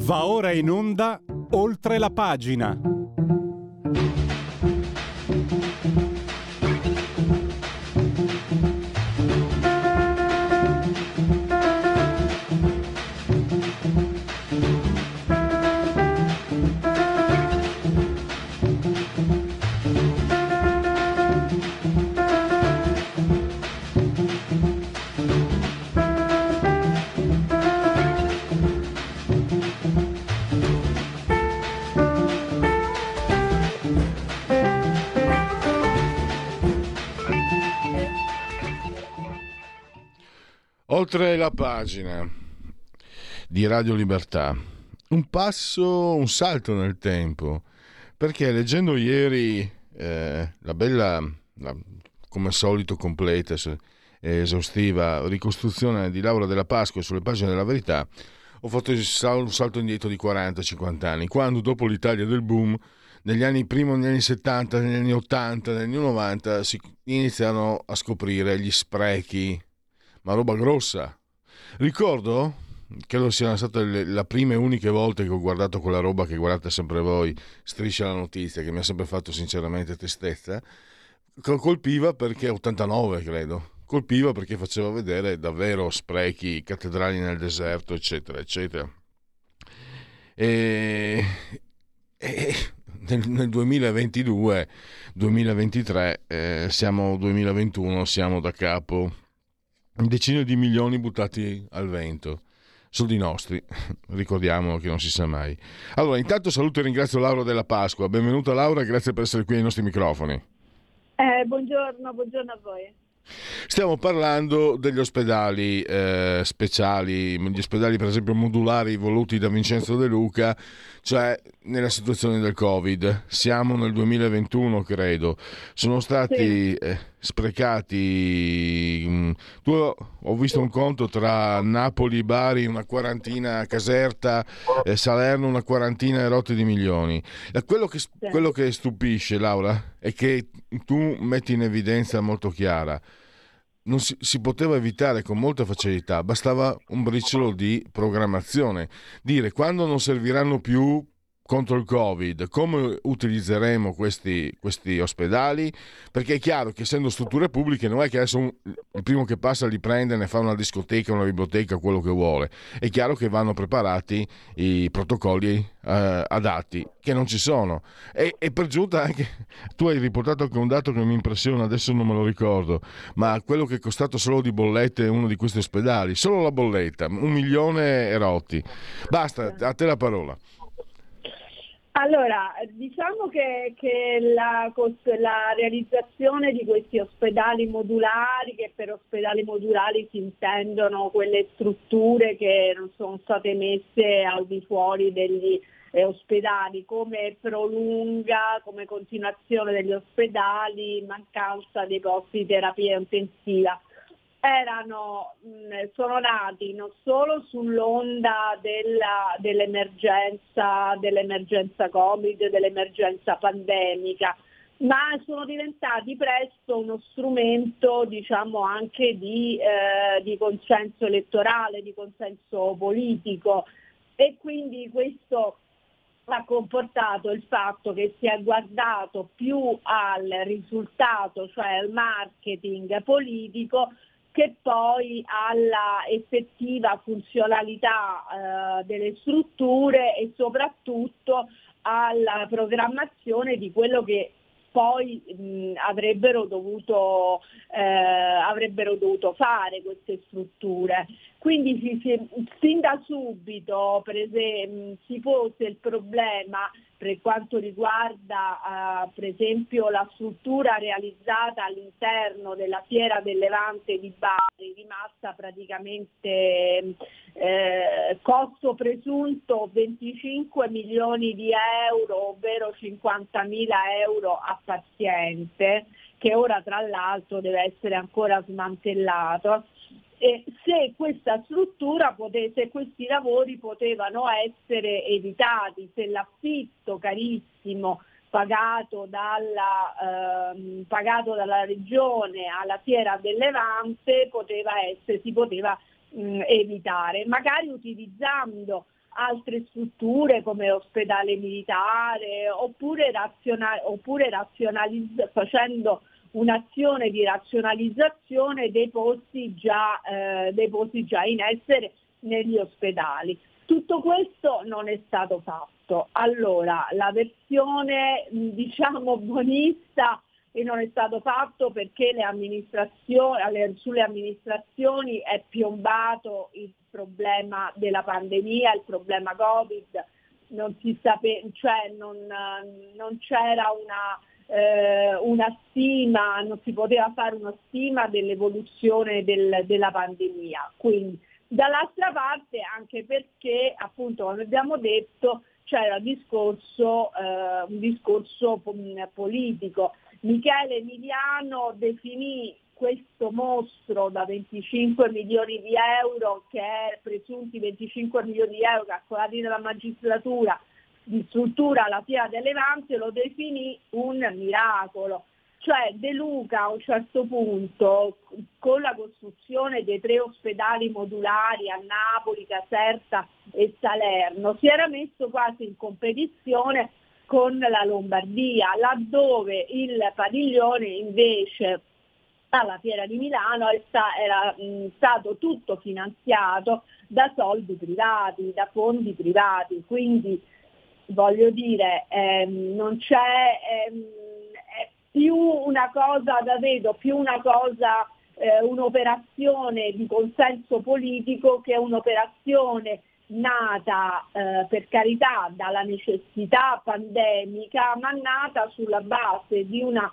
Va ora in onda Oltre la pagina. Oltre la pagina di Radio Libertà, un salto nel tempo, perché leggendo ieri la bella, come al solito completa e esaustiva ricostruzione di Laura Della Pasqua sulle pagine della Verità, ho fatto un salto indietro di 40-50 anni, quando dopo l'Italia del boom, negli anni 70, negli anni 80, negli anni 90, si iniziano a scoprire gli sprechi, ma roba grossa. Ricordo, credo siano state le prime e uniche volte che ho guardato quella roba che guardate sempre voi, Striscia la notizia, che mi ha sempre fatto sinceramente tristezza, colpiva perché 89 credo, colpiva perché faceva vedere davvero sprechi, cattedrali nel deserto, eccetera eccetera. E nel 2022-2023 siamo 2021, siamo da capo decine di milioni buttati al vento, soldi nostri, ricordiamo che non si sa mai. Allora, intanto saluto e ringrazio Laura Della Pasqua. Benvenuta Laura, grazie per essere qui ai nostri microfoni. Buongiorno a voi. Stiamo parlando degli ospedali speciali, gli ospedali per esempio modulari voluti da Vincenzo De Luca, cioè nella situazione del Covid. Siamo nel 2021 credo, sono stati sprecati, ho visto un conto tra Napoli, Bari una quarantina, Caserta, Salerno una quarantina e rotte di milioni. Quello che stupisce Laura è che tu metti in evidenza molto chiara, non si poteva evitare con molta facilità, bastava un briciolo di programmazione, dire quando non serviranno più contro il Covid, come utilizzeremo questi ospedali, perché è chiaro che essendo strutture pubbliche non è che adesso il primo che passa li prende, ne fa una discoteca, una biblioteca, quello che vuole. È chiaro che vanno preparati i protocolli adatti, che non ci sono. E per giunta anche, tu hai riportato anche un dato che mi impressiona, adesso non me lo ricordo, ma quello che è costato solo di bollette uno di questi ospedali, solo la bolletta, 1 milione e rotti. Basta, a te la parola. Allora, diciamo che la realizzazione di questi ospedali modulari, che per ospedali modulari si intendono quelle strutture che non sono state messe al di fuori degli ospedali, come prolunga, come continuazione degli ospedali, mancanza dei posti di terapia intensiva. Sono nati non solo sull'onda dell'emergenza Covid, dell'emergenza pandemica, ma sono diventati presto uno strumento, diciamo, anche di consenso elettorale, di consenso politico, e quindi questo ha comportato il fatto che si è guardato più al risultato, cioè al marketing politico, che poi alla effettiva funzionalità delle strutture e soprattutto alla programmazione di quello che poi avrebbero dovuto fare queste strutture. Quindi sin da subito si pose il problema per quanto riguarda per esempio la struttura realizzata all'interno della Fiera del Levante di Bari, rimasta praticamente costo presunto 25 milioni di euro, ovvero 50.000 euro a paziente, che ora tra l'altro deve essere ancora smantellato. Se questa struttura se questi lavori potevano essere evitati, se l'affitto carissimo pagato dalla regione alla Fiera del Levante si poteva evitare, magari utilizzando altre strutture come ospedale militare, oppure facendo un'azione di razionalizzazione dei posti già in essere negli ospedali. Tutto questo non è stato fatto. Allora, la versione diciamo buonista che non è stato fatto perché sulle amministrazioni è piombato il problema della pandemia, il problema Covid, non c'era una stima, non si poteva fare una stima dell'evoluzione della pandemia. Quindi dall'altra parte anche perché, appunto, come abbiamo detto, c'era un discorso politico. Michele Emiliano definì questo mostro da 25 milioni di euro, presunti 25 milioni di euro calcolati dalla magistratura, di struttura alla Fiera del Levante, lo definì un miracolo. Cioè De Luca a un certo punto, con la costruzione dei 3 ospedali modulari a Napoli, Caserta e Salerno, si era messo quasi in competizione con la Lombardia, laddove il padiglione invece alla Fiera di Milano era stato tutto finanziato da soldi privati, da fondi privati, quindi voglio dire, non c'è, è più una cosa da vedo, più una cosa, un'operazione di consenso politico che un'operazione nata per carità dalla necessità pandemica, ma nata sulla base di un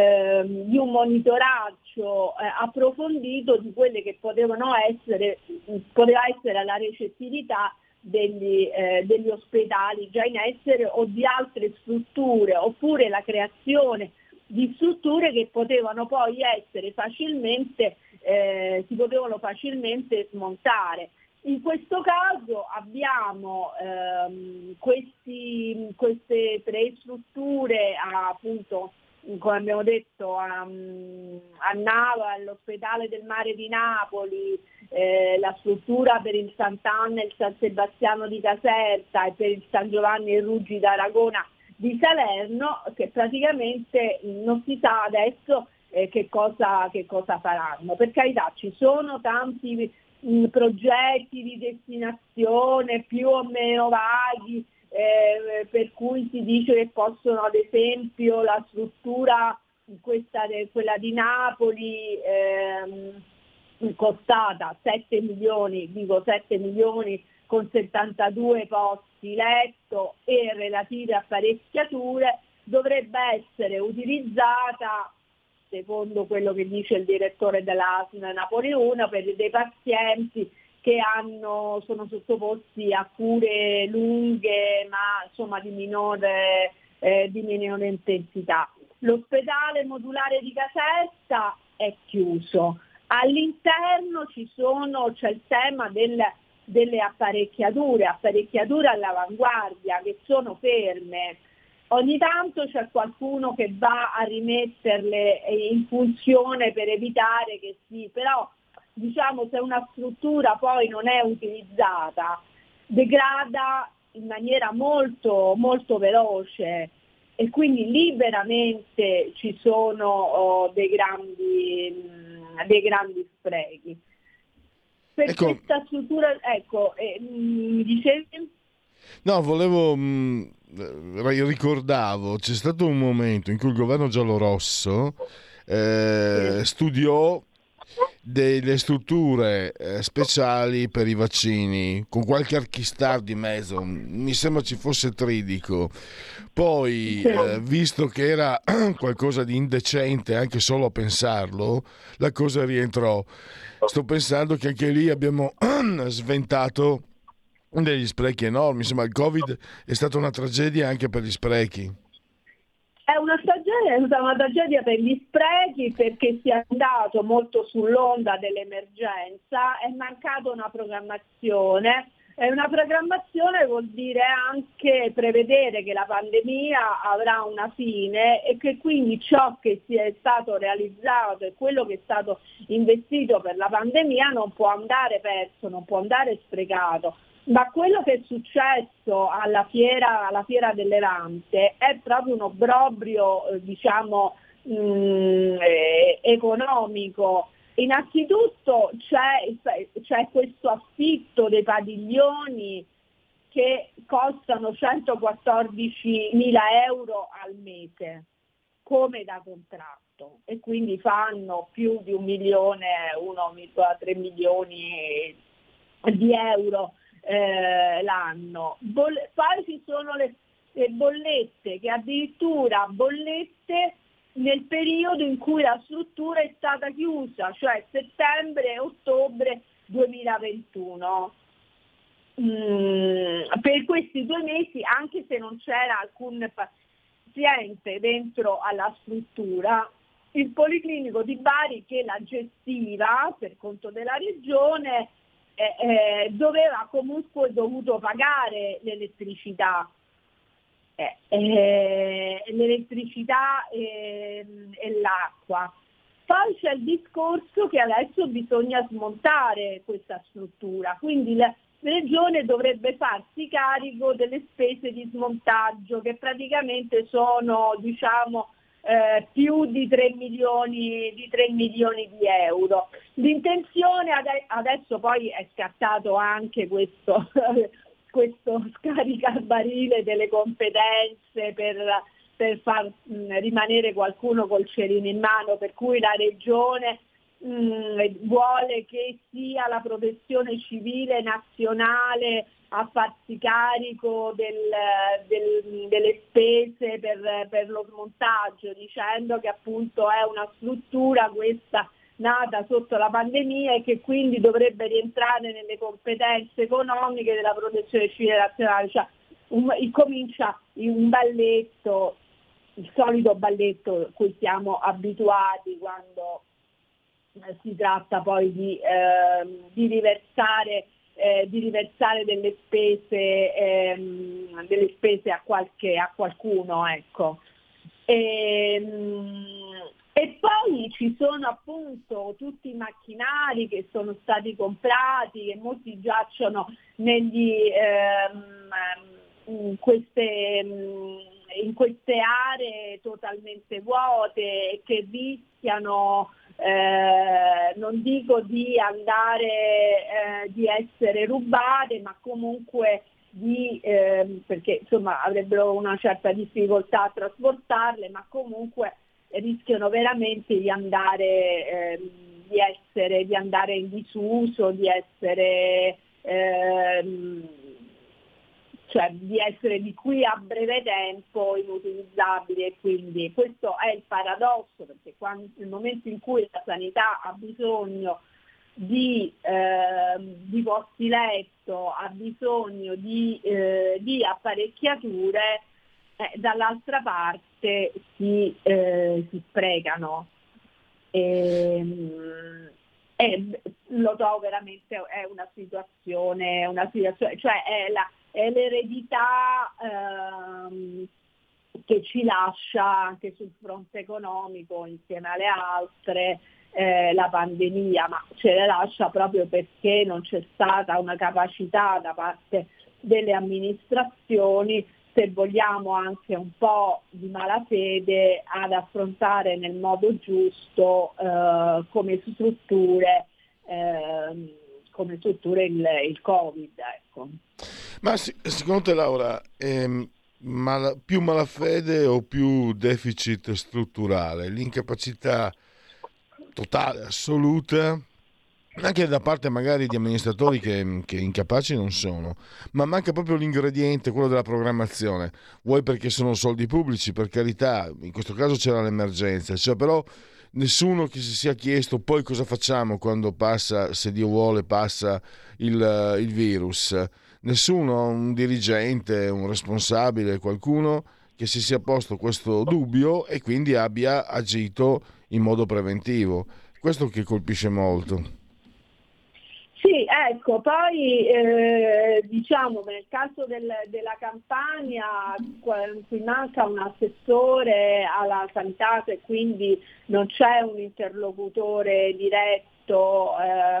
monitoraggio approfondito di quelle che poteva essere la recettività degli ospedali già in essere o di altre strutture, oppure la creazione di strutture che potevano poi essere si potevano facilmente smontare. In questo caso abbiamo queste 3 strutture, appunto, come abbiamo detto, a Nava, all'ospedale del Mare di Napoli, la struttura per il Sant'Anna e il San Sebastiano di Caserta e per il San Giovanni e Ruggi d'Aragona di Salerno, che praticamente non si sa adesso che cosa faranno. Per carità, ci sono tanti progetti di destinazione più o meno vaghi, per cui si dice che possono, ad esempio, la struttura quella di Napoli costata 7 milioni con 72 posti letto e relative apparecchiature, dovrebbe essere utilizzata, secondo quello che dice il direttore dell'ASL Napoli 1, per dei pazienti che sono sottoposti a cure lunghe ma insomma di minore intensità. L'ospedale modulare di Caserta è chiuso. All'interno c'è il tema delle apparecchiature all'avanguardia che sono ferme. Ogni tanto c'è qualcuno che va a rimetterle in funzione per evitare però diciamo, se una struttura poi non è utilizzata, degrada in maniera molto, molto veloce, e quindi lì veramente ci sono dei grandi sprechi. Per questa struttura, mi dicevi? No, ricordavo, c'è stato un momento in cui il governo giallorosso studiò delle strutture speciali per i vaccini, con qualche archistar di mezzo, mi sembra ci fosse Tridico. Poi, visto che era qualcosa di indecente anche solo a pensarlo, la cosa rientrò. Sto pensando che anche lì abbiamo sventato degli sprechi enormi. Insomma, il Covid è stata una tragedia anche per gli sprechi. È una tragedia per gli sprechi, perché si è andato molto sull'onda dell'emergenza, è mancata una programmazione, E una programmazione vuol dire anche prevedere che la pandemia avrà una fine e che quindi ciò che si è stato realizzato e quello che è stato investito per la pandemia non può andare perso, non può andare sprecato. Ma quello che è successo alla fiera del Levante è proprio un obbrobrio, economico. Innanzitutto c'è questo affitto dei padiglioni che costano 114.000 euro al mese, come da contratto, e quindi fanno più di 1,3 milioni di euro l'anno. Poi ci sono le bollette, che addirittura bollette nel periodo in cui la struttura è stata chiusa, cioè settembre-ottobre 2021. Per questi 2 mesi, anche se non c'era alcun paziente dentro alla struttura, il Policlinico di Bari, che la gestiva per conto della regione, doveva comunque dovuto pagare l'elettricità. L'elettricità e l'acqua. Poi c'è il discorso che adesso bisogna smontare questa struttura, quindi la regione dovrebbe farsi carico delle spese di smontaggio, che praticamente sono più di 3 milioni di euro. L'intenzione adesso poi è scattato anche questo scaricabarile delle competenze per far rimanere qualcuno col cerino in mano, per cui la regione vuole che sia la protezione civile nazionale a farsi carico delle spese per lo smontaggio, dicendo che appunto è una struttura questa nata sotto la pandemia e che quindi dovrebbe rientrare nelle competenze economiche della protezione civile nazionale. Cioè, comincia un balletto, il solito balletto a cui siamo abituati quando si tratta poi di riversare delle spese a qualcuno, ecco. E poi ci sono appunto tutti i macchinari che sono stati comprati, che molti giacciono in queste aree totalmente vuote, che rischiano, non dico di essere rubate, ma comunque perché insomma avrebbero una certa difficoltà a trasportarle, ma comunque rischiano veramente di andare in disuso, di essere di qui a breve tempo inutilizzabili. E quindi questo è il paradosso, perché nel momento in cui la sanità ha bisogno di posti letto, ha bisogno di apparecchiature, dall'altra parte si sprecano. E lo trovo veramente è una situazione, cioè è l'eredità che ci lascia anche sul fronte economico, insieme alle altre, la pandemia, ma ce le lascia proprio perché non c'è stata una capacità da parte delle amministrazioni, se vogliamo anche un po' di malafede, ad affrontare nel modo giusto come strutture il Covid, ecco. Ma secondo te, Laura, più malafede o più deficit strutturale? L'incapacità totale, assoluta, anche da parte magari di amministratori che incapaci non sono, ma manca proprio l'ingrediente, quello della programmazione. Vuoi perché sono soldi pubblici, per carità, in questo caso c'era l'emergenza, cioè, però nessuno che si sia chiesto poi cosa facciamo quando passa, se Dio vuole, passa il virus. Nessuno, un dirigente, un responsabile, qualcuno che si sia posto questo dubbio e quindi abbia agito in modo preventivo. Questo che colpisce molto. Sì, ecco, poi diciamo nel caso della Campania, in cui manca un assessore alla sanità e quindi non c'è un interlocutore diretto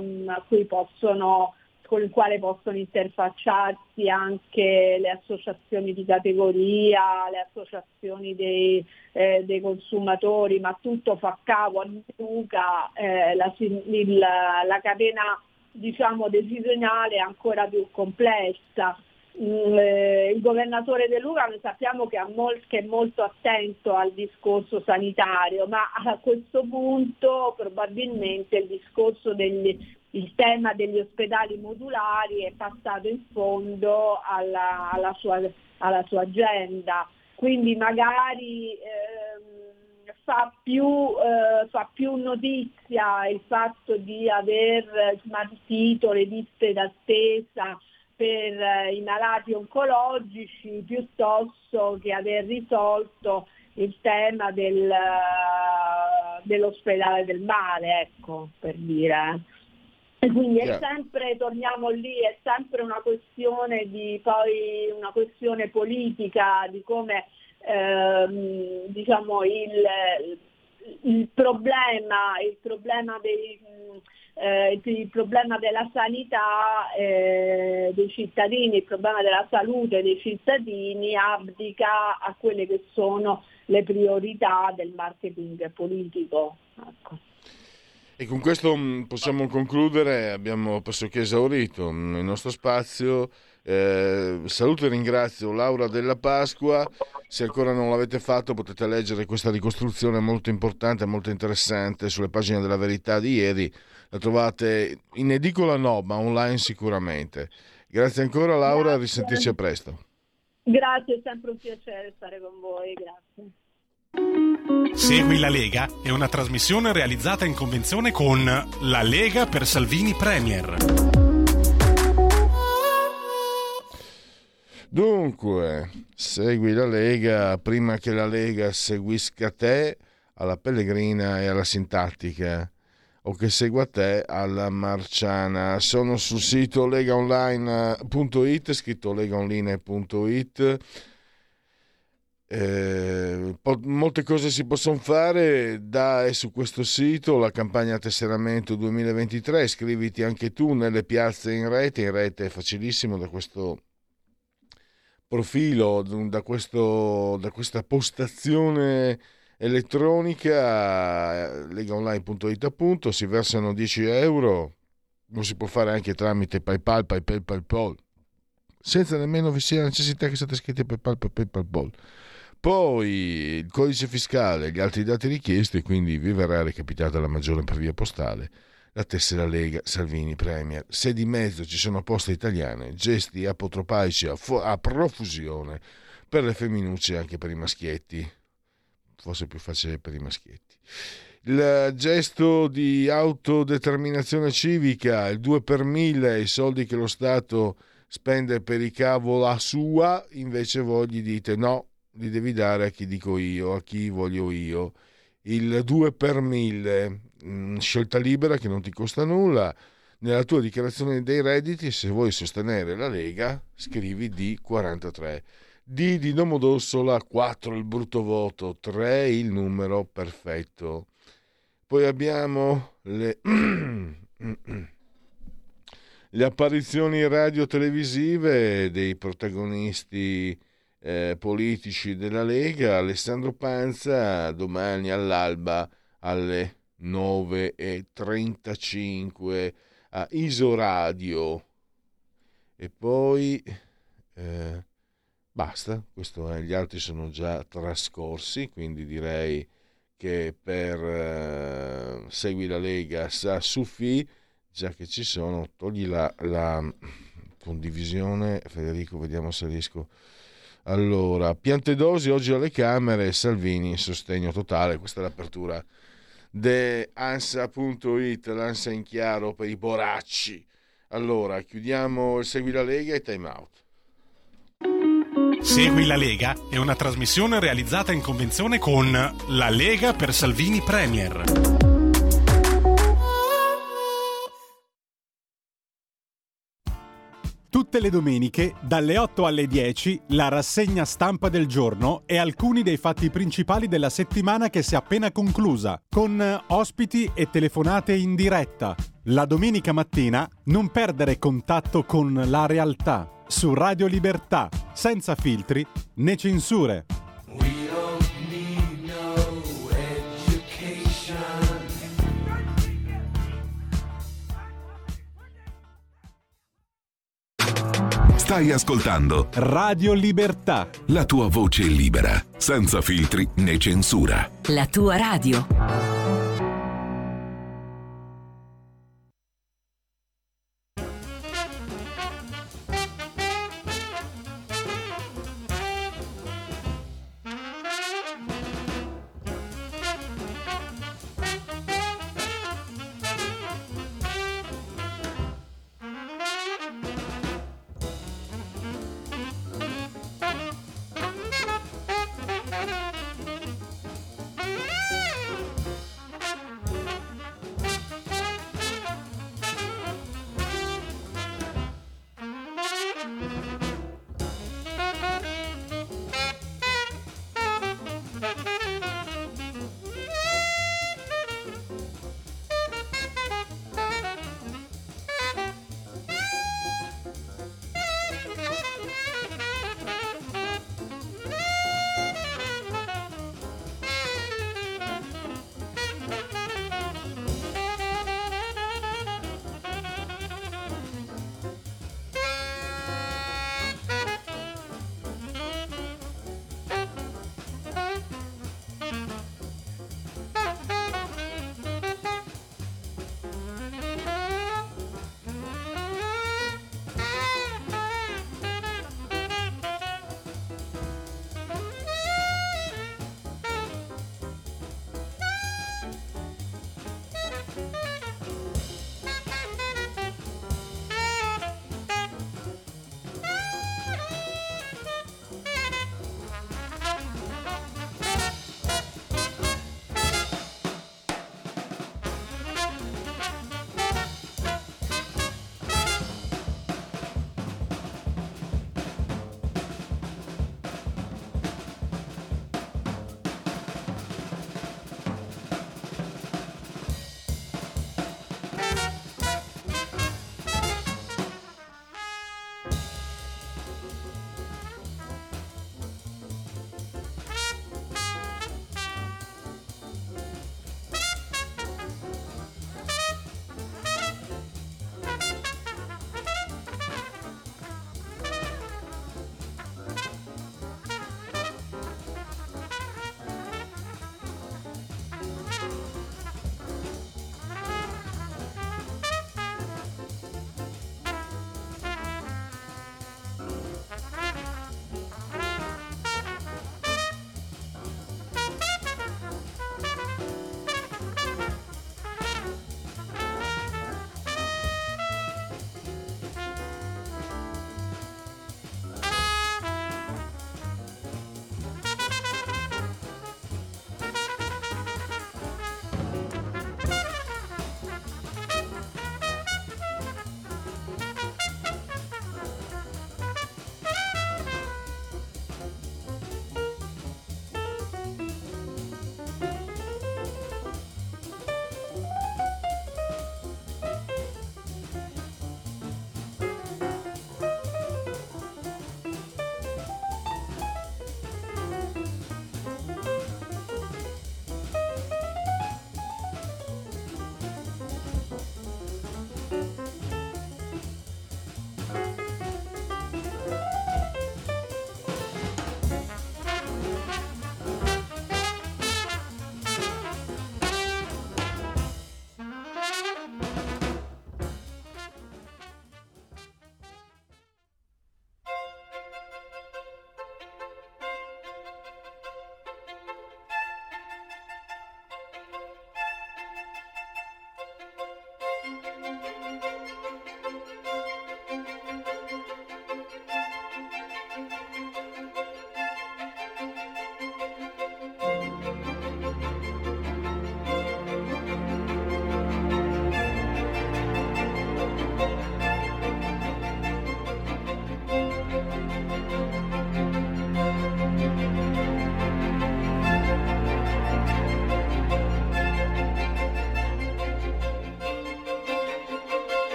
con il quale possono interfacciarsi anche le associazioni di categoria, le associazioni dei consumatori, ma tutto fa capo a Luca, la catena diciamo decisionale è ancora più complessa. Il governatore De Luca noi sappiamo che è molto attento al discorso sanitario, ma a questo punto probabilmente il tema degli ospedali modulari è passato in fondo alla sua agenda, quindi magari fa più notizia il fatto di aver smaltito le liste d'attesa per i malati oncologici piuttosto che aver risolto il tema dell'ospedale del mare, ecco, per dire. E quindi è sempre, torniamo lì, è sempre una questione politica di come diciamo il problema della sanità dei cittadini, il problema della salute dei cittadini abdica a quelle che sono le priorità del marketing politico. Ecco. E con questo possiamo concludere, abbiamo pressoché esaurito il nostro spazio. Saluto e ringrazio Laura Della Pasqua. Se ancora non l'avete fatto potete leggere questa ricostruzione molto importante, molto interessante sulle pagine della Verità di ieri. La trovate in edicola no, ma online sicuramente. Grazie ancora Laura, a risentirci a presto. Grazie, è sempre un piacere stare con voi, grazie. Segui la Lega è una trasmissione realizzata in convenzione con La Lega per Salvini Premier. Dunque, segui la Lega prima che la Lega seguisca te alla pellegrina e alla sintattica, o che segua te alla marciana. Sono sul sito legaonline.it, scritto legaonline.it. Molte cose si possono fare è su questo sito la campagna tesseramento 2023. Iscriviti anche tu nelle piazze in rete è facilissimo da questo profilo, da questa postazione elettronica legaonline.it, appunto. Si versano 10 euro, lo si può fare anche tramite PayPal, senza nemmeno vi sia la necessità che siate iscritti a PayPal. Poi il codice fiscale, gli altri dati richiesti, quindi vi verrà recapitata la maggiore per via postale, la tessera Lega Salvini Premier. Se di mezzo ci sono poste italiane, gesti apotropaici a profusione per le femminucce e anche per i maschietti, forse più facile per i maschietti. Il gesto di autodeterminazione civica, il 2 per 1000, i soldi che lo Stato spende per i cavola sua, invece voi gli dite no, li devi dare a chi dico io, a chi voglio io. Il 2 per 1000, scelta libera che non ti costa nulla. Nella tua dichiarazione dei redditi, se vuoi sostenere la Lega, scrivi D43. D di Domodossola, 4 il brutto voto, 3 il numero perfetto. Poi abbiamo le apparizioni radio-televisive dei protagonisti politici della Lega. Alessandro Panza domani all'alba alle 9:35 a Isoradio. E poi basta, gli altri sono già trascorsi, quindi direi che per Segui la Lega sa Sufi, già che ci sono, togli la condivisione, Federico, vediamo se riesco. Allora, Piantedosi oggi alle Camere, Salvini in sostegno totale. Questa è l'apertura de ansa.it, l'ansa in chiaro per i boracci. Allora, chiudiamo il Segui la Lega e time out. Segui la Lega è una trasmissione realizzata in convenzione con La Lega per Salvini Premier. Tutte le domeniche, dalle 8 alle 10, la rassegna stampa del giorno e alcuni dei fatti principali della settimana che si è appena conclusa, con ospiti e telefonate in diretta. La domenica mattina non perdere contatto con la realtà, su Radio Libertà, senza filtri né censure. Stai ascoltando Radio Libertà, la tua voce libera, senza filtri né censura. La tua radio.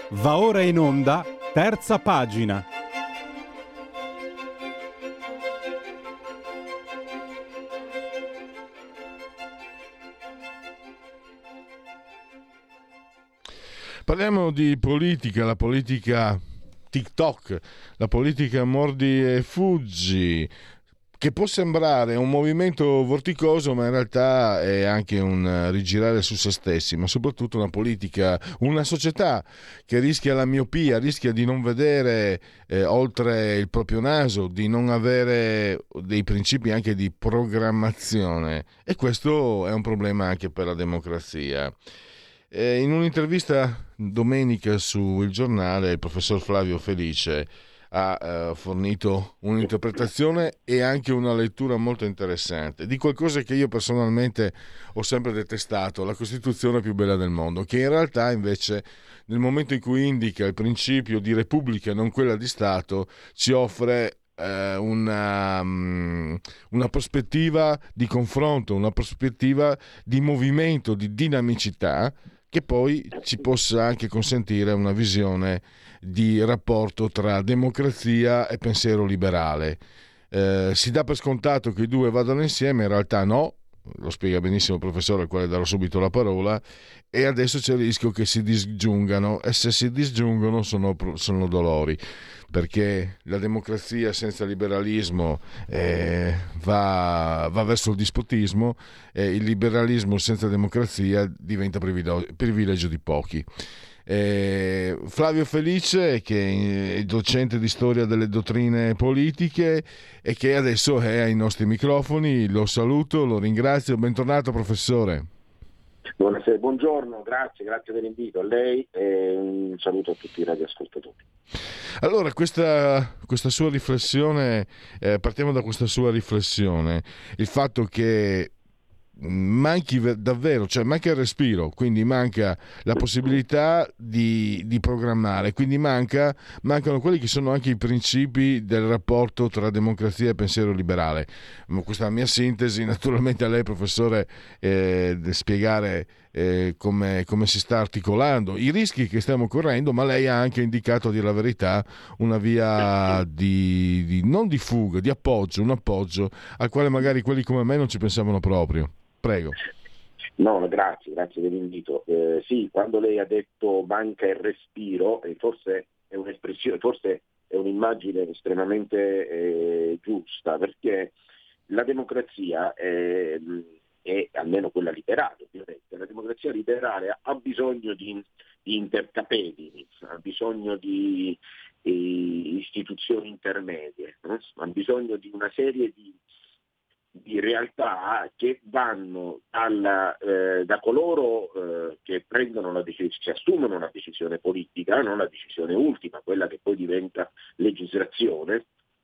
Va ora in onda, terza pagina. Parliamo di politica, la politica TikTok, la politica mordi e fuggi, che può sembrare un movimento vorticoso, ma in realtà è anche un rigirare su se stessi, ma soprattutto una politica, una società che rischia la miopia, rischia di non vedere oltre il proprio naso, di non avere dei principi anche di programmazione, e questo è un problema anche per la democrazia. In un'intervista domenica su Il Giornale, il professor Flavio Felice ha fornito un'interpretazione e anche una lettura molto interessante di qualcosa che io personalmente ho sempre detestato, la Costituzione più bella del mondo, che in realtà invece nel momento in cui indica il principio di repubblica, non quella di Stato, ci offre una prospettiva di confronto, una prospettiva di movimento, di dinamicità, che poi ci possa anche consentire una visione di rapporto tra democrazia e pensiero liberale. Si dà per scontato che i due vadano insieme, in realtà no, lo spiega benissimo il professore, al quale darò subito la parola, e adesso c'è il rischio che si disgiungano, e se si disgiungono sono dolori, perché la democrazia senza liberalismo va verso il dispotismo, e il liberalismo senza democrazia diventa privilegio di pochi. Flavio Felice, che è docente di storia delle dottrine politiche e che adesso è ai nostri microfoni, lo saluto, lo ringrazio, bentornato professore. Buonasera, buongiorno, grazie per l'invito a lei e un saluto a tutti i radioascoltatori. Allora, questa sua riflessione, partiamo da questa sua riflessione, il fatto che manchi davvero, cioè manca il respiro, quindi manca la possibilità di programmare, quindi mancano quelli che sono anche i principi del rapporto tra democrazia e pensiero liberale. Questa è la mia sintesi, naturalmente a lei professore spiegare come si sta articolando, i rischi che stiamo correndo, ma lei ha anche indicato, a dire la verità, una via non di fuga, di appoggio, un appoggio al quale magari quelli come me non ci pensavano proprio. Prego. No, grazie per l'invito. Sì, quando lei ha detto manca il respiro, forse è un'espressione, forse è un'immagine estremamente giusta, perché la democrazia è almeno quella liberale, ovviamente. La democrazia liberale ha bisogno di intercapedini, ha bisogno di istituzioni intermedie, no? Ha bisogno di una serie di realtà che vanno da coloro che prendono la decisione, che assumono una decisione politica, non la decisione ultima, quella che poi diventa legislazione,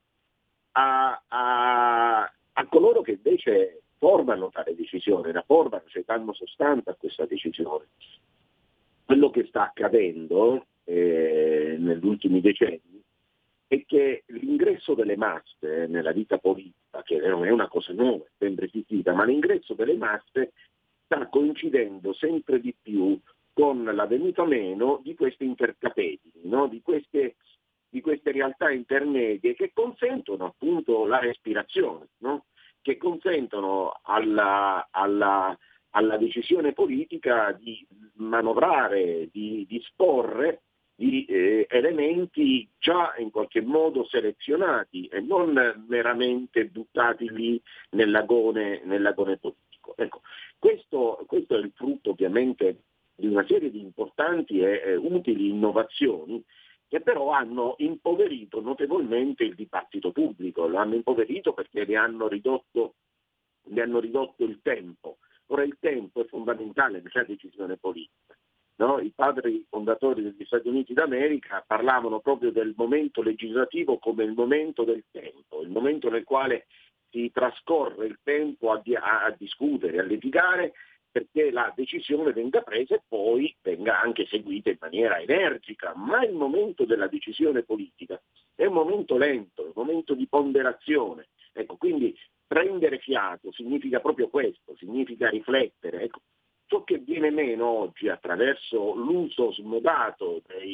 a coloro che invece formano tale decisione, la formano, cioè danno sostanza a questa decisione. Quello che sta accadendo negli ultimi decenni è che l'ingresso delle masse nella vita politica, che non è una cosa nuova, è sempre esistita, ma l'ingresso delle masse sta coincidendo sempre di più con la venuta meno di questi intercapedini, no? di queste realtà intermedie che consentono appunto la respirazione, no? Che consentono alla decisione politica di manovrare, di disporre di elementi già in qualche modo selezionati e non meramente buttati lì nell'agone politico. Ecco, questo è il frutto ovviamente di una serie di importanti e utili innovazioni che però hanno impoverito notevolmente il dibattito pubblico, lo hanno impoverito perché ne hanno ridotto il tempo. Ora il tempo è fondamentale nella decisione politica. No? I padri fondatori degli Stati Uniti d'America parlavano proprio del momento legislativo come il momento del tempo, il momento nel quale si trascorre il tempo a discutere, a litigare, perché la decisione venga presa e poi venga anche seguita in maniera energica. Ma il momento della decisione politica è un momento lento, è un momento di ponderazione. Ecco, quindi prendere fiato significa proprio questo, significa riflettere. Ecco, ciò che viene meno oggi attraverso l'uso smodato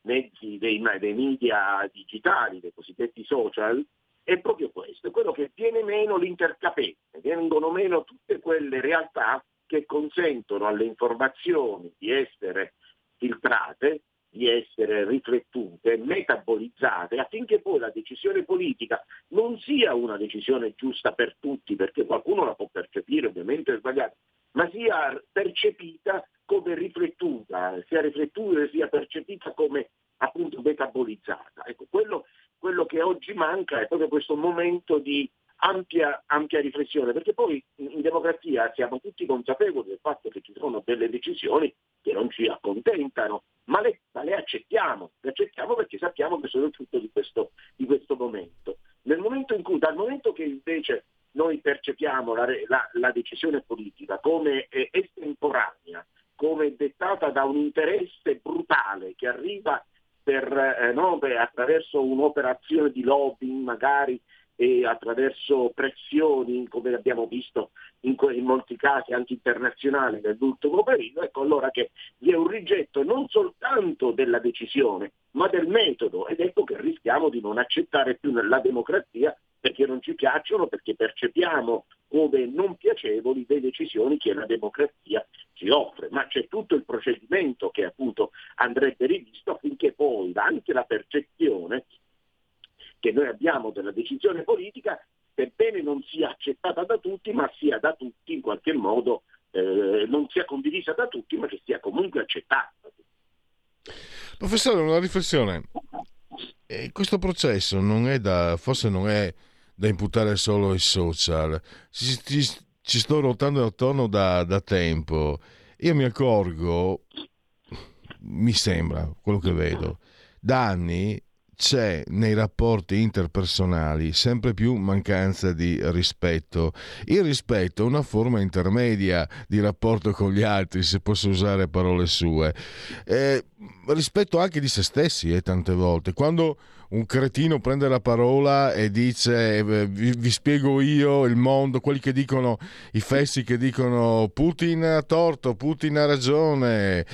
mezzi, dei media digitali, dei cosiddetti social, è proprio questo, è quello che viene meno l'intercapente, vengono meno tutte quelle realtà che consentono alle informazioni di essere filtrate, di essere riflettute, metabolizzate, affinché poi la decisione politica non sia una decisione giusta per tutti, perché qualcuno la può percepire ovviamente sbagliata, ma sia percepita come riflettuta, sia percepita come appunto metabolizzata. Ecco, quello che oggi manca è proprio questo momento di ampia riflessione, perché poi in democrazia siamo tutti consapevoli del fatto che ci sono delle decisioni che non ci accontentano, ma le accettiamo perché sappiamo che sono il frutto di questo momento. Dal momento che invece noi percepiamo la decisione politica come estemporanea, come dettata da un interesse brutale che arriva attraverso un'operazione di lobbying magari, e attraverso pressioni, come abbiamo visto in molti casi anche internazionali nell'ultimo periodo, ecco allora che vi è un rigetto non soltanto della decisione, ma del metodo, ed ecco che rischiamo di non accettare più la democrazia perché non ci piacciono, perché percepiamo come non piacevoli le decisioni che la democrazia ci offre. Ma c'è tutto il procedimento che appunto andrebbe rivisto affinché poi anche la percezione che noi abbiamo della decisione politica, sebbene non sia accettata da tutti, ma sia da tutti in qualche modo, non sia condivisa da tutti, ma che sia comunque accettata da tutti. Professore, una riflessione. Questo processo forse non è da imputare solo ai social. Ci sto ruotando attorno da tempo. Io mi accorgo, mi sembra, quello che vedo, da anni c'è nei rapporti interpersonali sempre più mancanza di rispetto. Il rispetto è una forma intermedia di rapporto con gli altri, se posso usare parole sue. Rispetto anche di se stessi, tante volte. Quando un cretino prende la parola e dice vi spiego io il mondo, quelli che dicono, i fessi che dicono Putin ha torto, Putin ha ragione,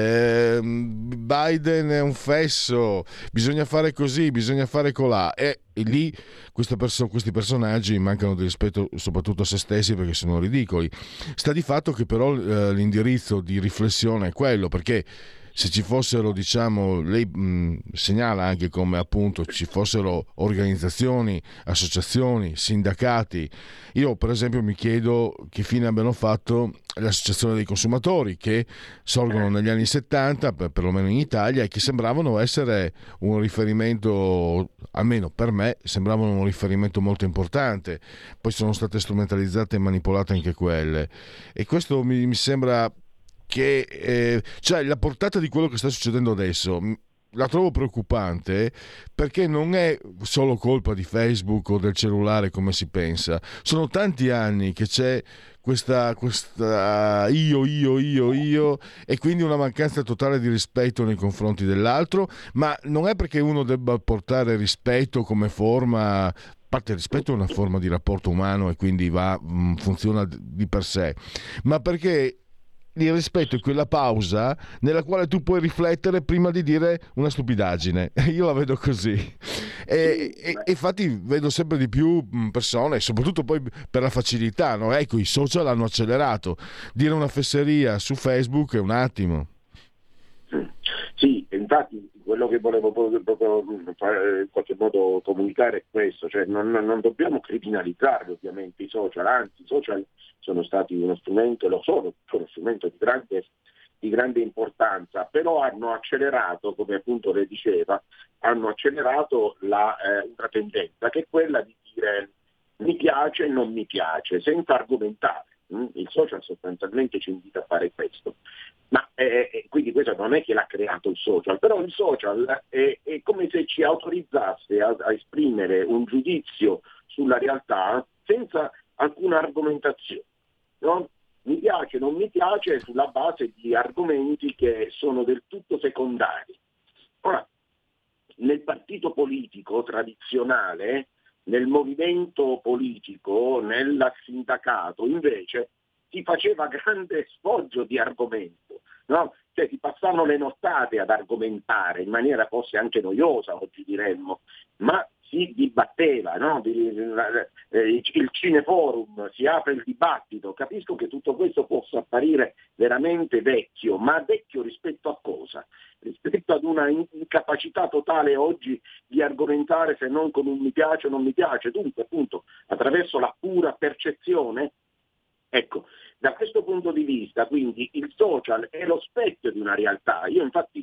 Biden è un fesso, bisogna fare così, bisogna fare colà, e lì questi personaggi mancano di rispetto soprattutto a se stessi perché sono ridicoli. Sta di fatto che però l'indirizzo di riflessione è quello, perché se ci fossero, diciamo, lei segnala anche come appunto ci fossero organizzazioni, associazioni, sindacati. Io per esempio mi chiedo che fine abbiano fatto le associazioni dei consumatori, che sorgono negli anni 70, perlomeno in Italia, e che sembravano essere un riferimento, almeno per me, sembravano un riferimento molto importante. Poi sono state strumentalizzate e manipolate anche quelle. E questo mi sembra che cioè la portata di quello che sta succedendo adesso la trovo preoccupante, perché non è solo colpa di Facebook o del cellulare come si pensa. Sono tanti anni che c'è questa io e quindi una mancanza totale di rispetto nei confronti dell'altro, ma non è perché uno debba portare rispetto come forma. A parte il rispetto è una forma di rapporto umano e quindi funziona di per sé, ma perché il rispetto è quella pausa nella quale tu puoi riflettere prima di dire una stupidaggine. Io la vedo così. E infatti vedo sempre di più persone, soprattutto poi per la facilità, no? Ecco, i social hanno accelerato. Dire una fesseria su Facebook è un attimo. Sì, infatti quello che volevo proprio in qualche modo comunicare è questo, cioè non dobbiamo criminalizzare ovviamente i social, anzi i social sono stati uno strumento, sono uno strumento di grande importanza, però hanno accelerato, come appunto lei diceva, hanno accelerato una tendenza che è quella di dire mi piace e non mi piace, senza argomentare. Il social sostanzialmente ci invita a fare questo. Ma quindi questo non è che l'ha creato il social, però il social è come se ci autorizzasse a esprimere un giudizio sulla realtà senza alcuna argomentazione, no? Mi piace, non mi piace sulla base di argomenti che sono del tutto secondari. Ora, nel partito politico tradizionale, nel movimento politico, nel sindacato, invece, si faceva grande sfoggio di argomento, no? Cioè si passavano le nottate ad argomentare in maniera forse anche noiosa, oggi diremmo, ma si dibatteva, no? Il Cineforum, si apre il dibattito. Capisco che tutto questo possa apparire veramente vecchio, ma vecchio rispetto a cosa? Rispetto ad una incapacità totale oggi di argomentare se non con un mi piace o non mi piace, dunque appunto attraverso la pura percezione. Ecco, da questo punto di vista quindi il social è lo specchio di una realtà. Io infatti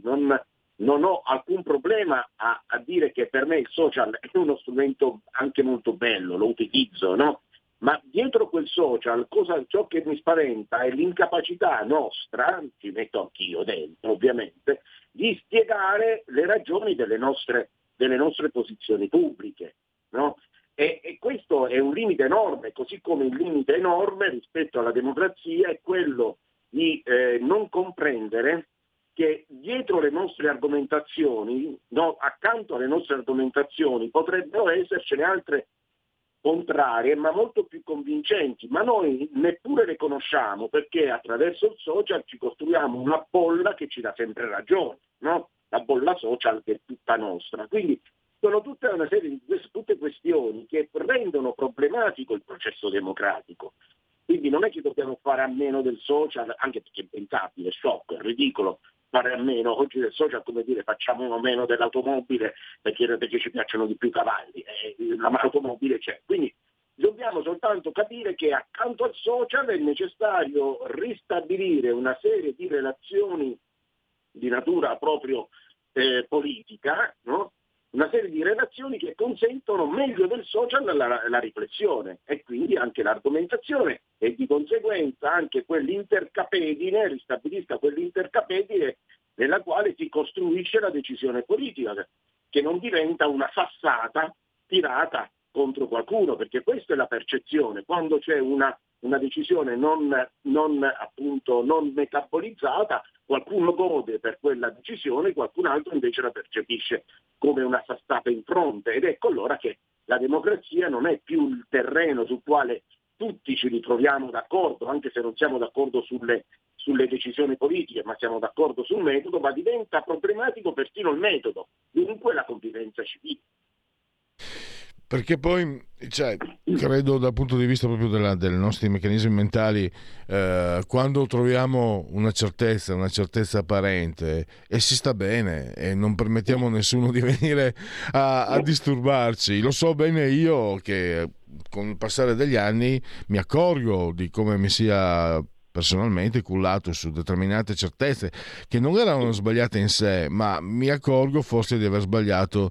non ho alcun problema a dire che per me il social è uno strumento anche molto bello, lo utilizzo, no? Ma dietro quel social ciò che mi spaventa è l'incapacità nostra, ci metto anch'io dentro ovviamente, di spiegare le ragioni delle nostre posizioni pubbliche, no? E questo è un limite enorme, così come il limite enorme rispetto alla democrazia è quello di non comprendere che dietro le nostre argomentazioni, no, accanto alle nostre argomentazioni, potrebbero essercene altre contrarie, ma molto più convincenti, ma noi neppure le conosciamo perché attraverso il social ci costruiamo una bolla che ci dà sempre ragione, no? La bolla social che è tutta nostra. Quindi sono tutta una serie di tutte questioni che rendono problematico il processo democratico. Quindi non è che dobbiamo fare a meno del social, anche perché è impensabile, è sciocco, è ridicolo fare a meno oggi del social, come dire facciamo a meno dell'automobile perché ci piacciono di più i cavalli, l'automobile c'è. Quindi dobbiamo soltanto capire che accanto al social è necessario ristabilire una serie di relazioni di natura proprio politica, no? Una serie di relazioni che consentono meglio del social la riflessione e quindi anche l'argomentazione e di conseguenza anche quell'intercapedine, ristabilisca quell'intercapedine nella quale si costruisce la decisione politica, che non diventa una sassata tirata contro qualcuno, perché questa è la percezione. Quando c'è una decisione non metabolizzata, qualcuno gode per quella decisione, qualcun altro invece la percepisce come una sassata in fronte, ed ecco allora che la democrazia non è più il terreno sul quale tutti ci ritroviamo d'accordo, anche se non siamo d'accordo sulle decisioni politiche, ma siamo d'accordo sul metodo, ma diventa problematico persino il metodo, dunque la convivenza civile. Perché poi, credo dal punto di vista proprio dei nostri meccanismi mentali, quando troviamo una certezza apparente e si sta bene e non permettiamo a nessuno di venire a disturbarci, lo so bene io che con il passare degli anni mi accorgo di come mi sia personalmente cullato su determinate certezze che non erano sbagliate in sé, ma mi accorgo forse di aver sbagliato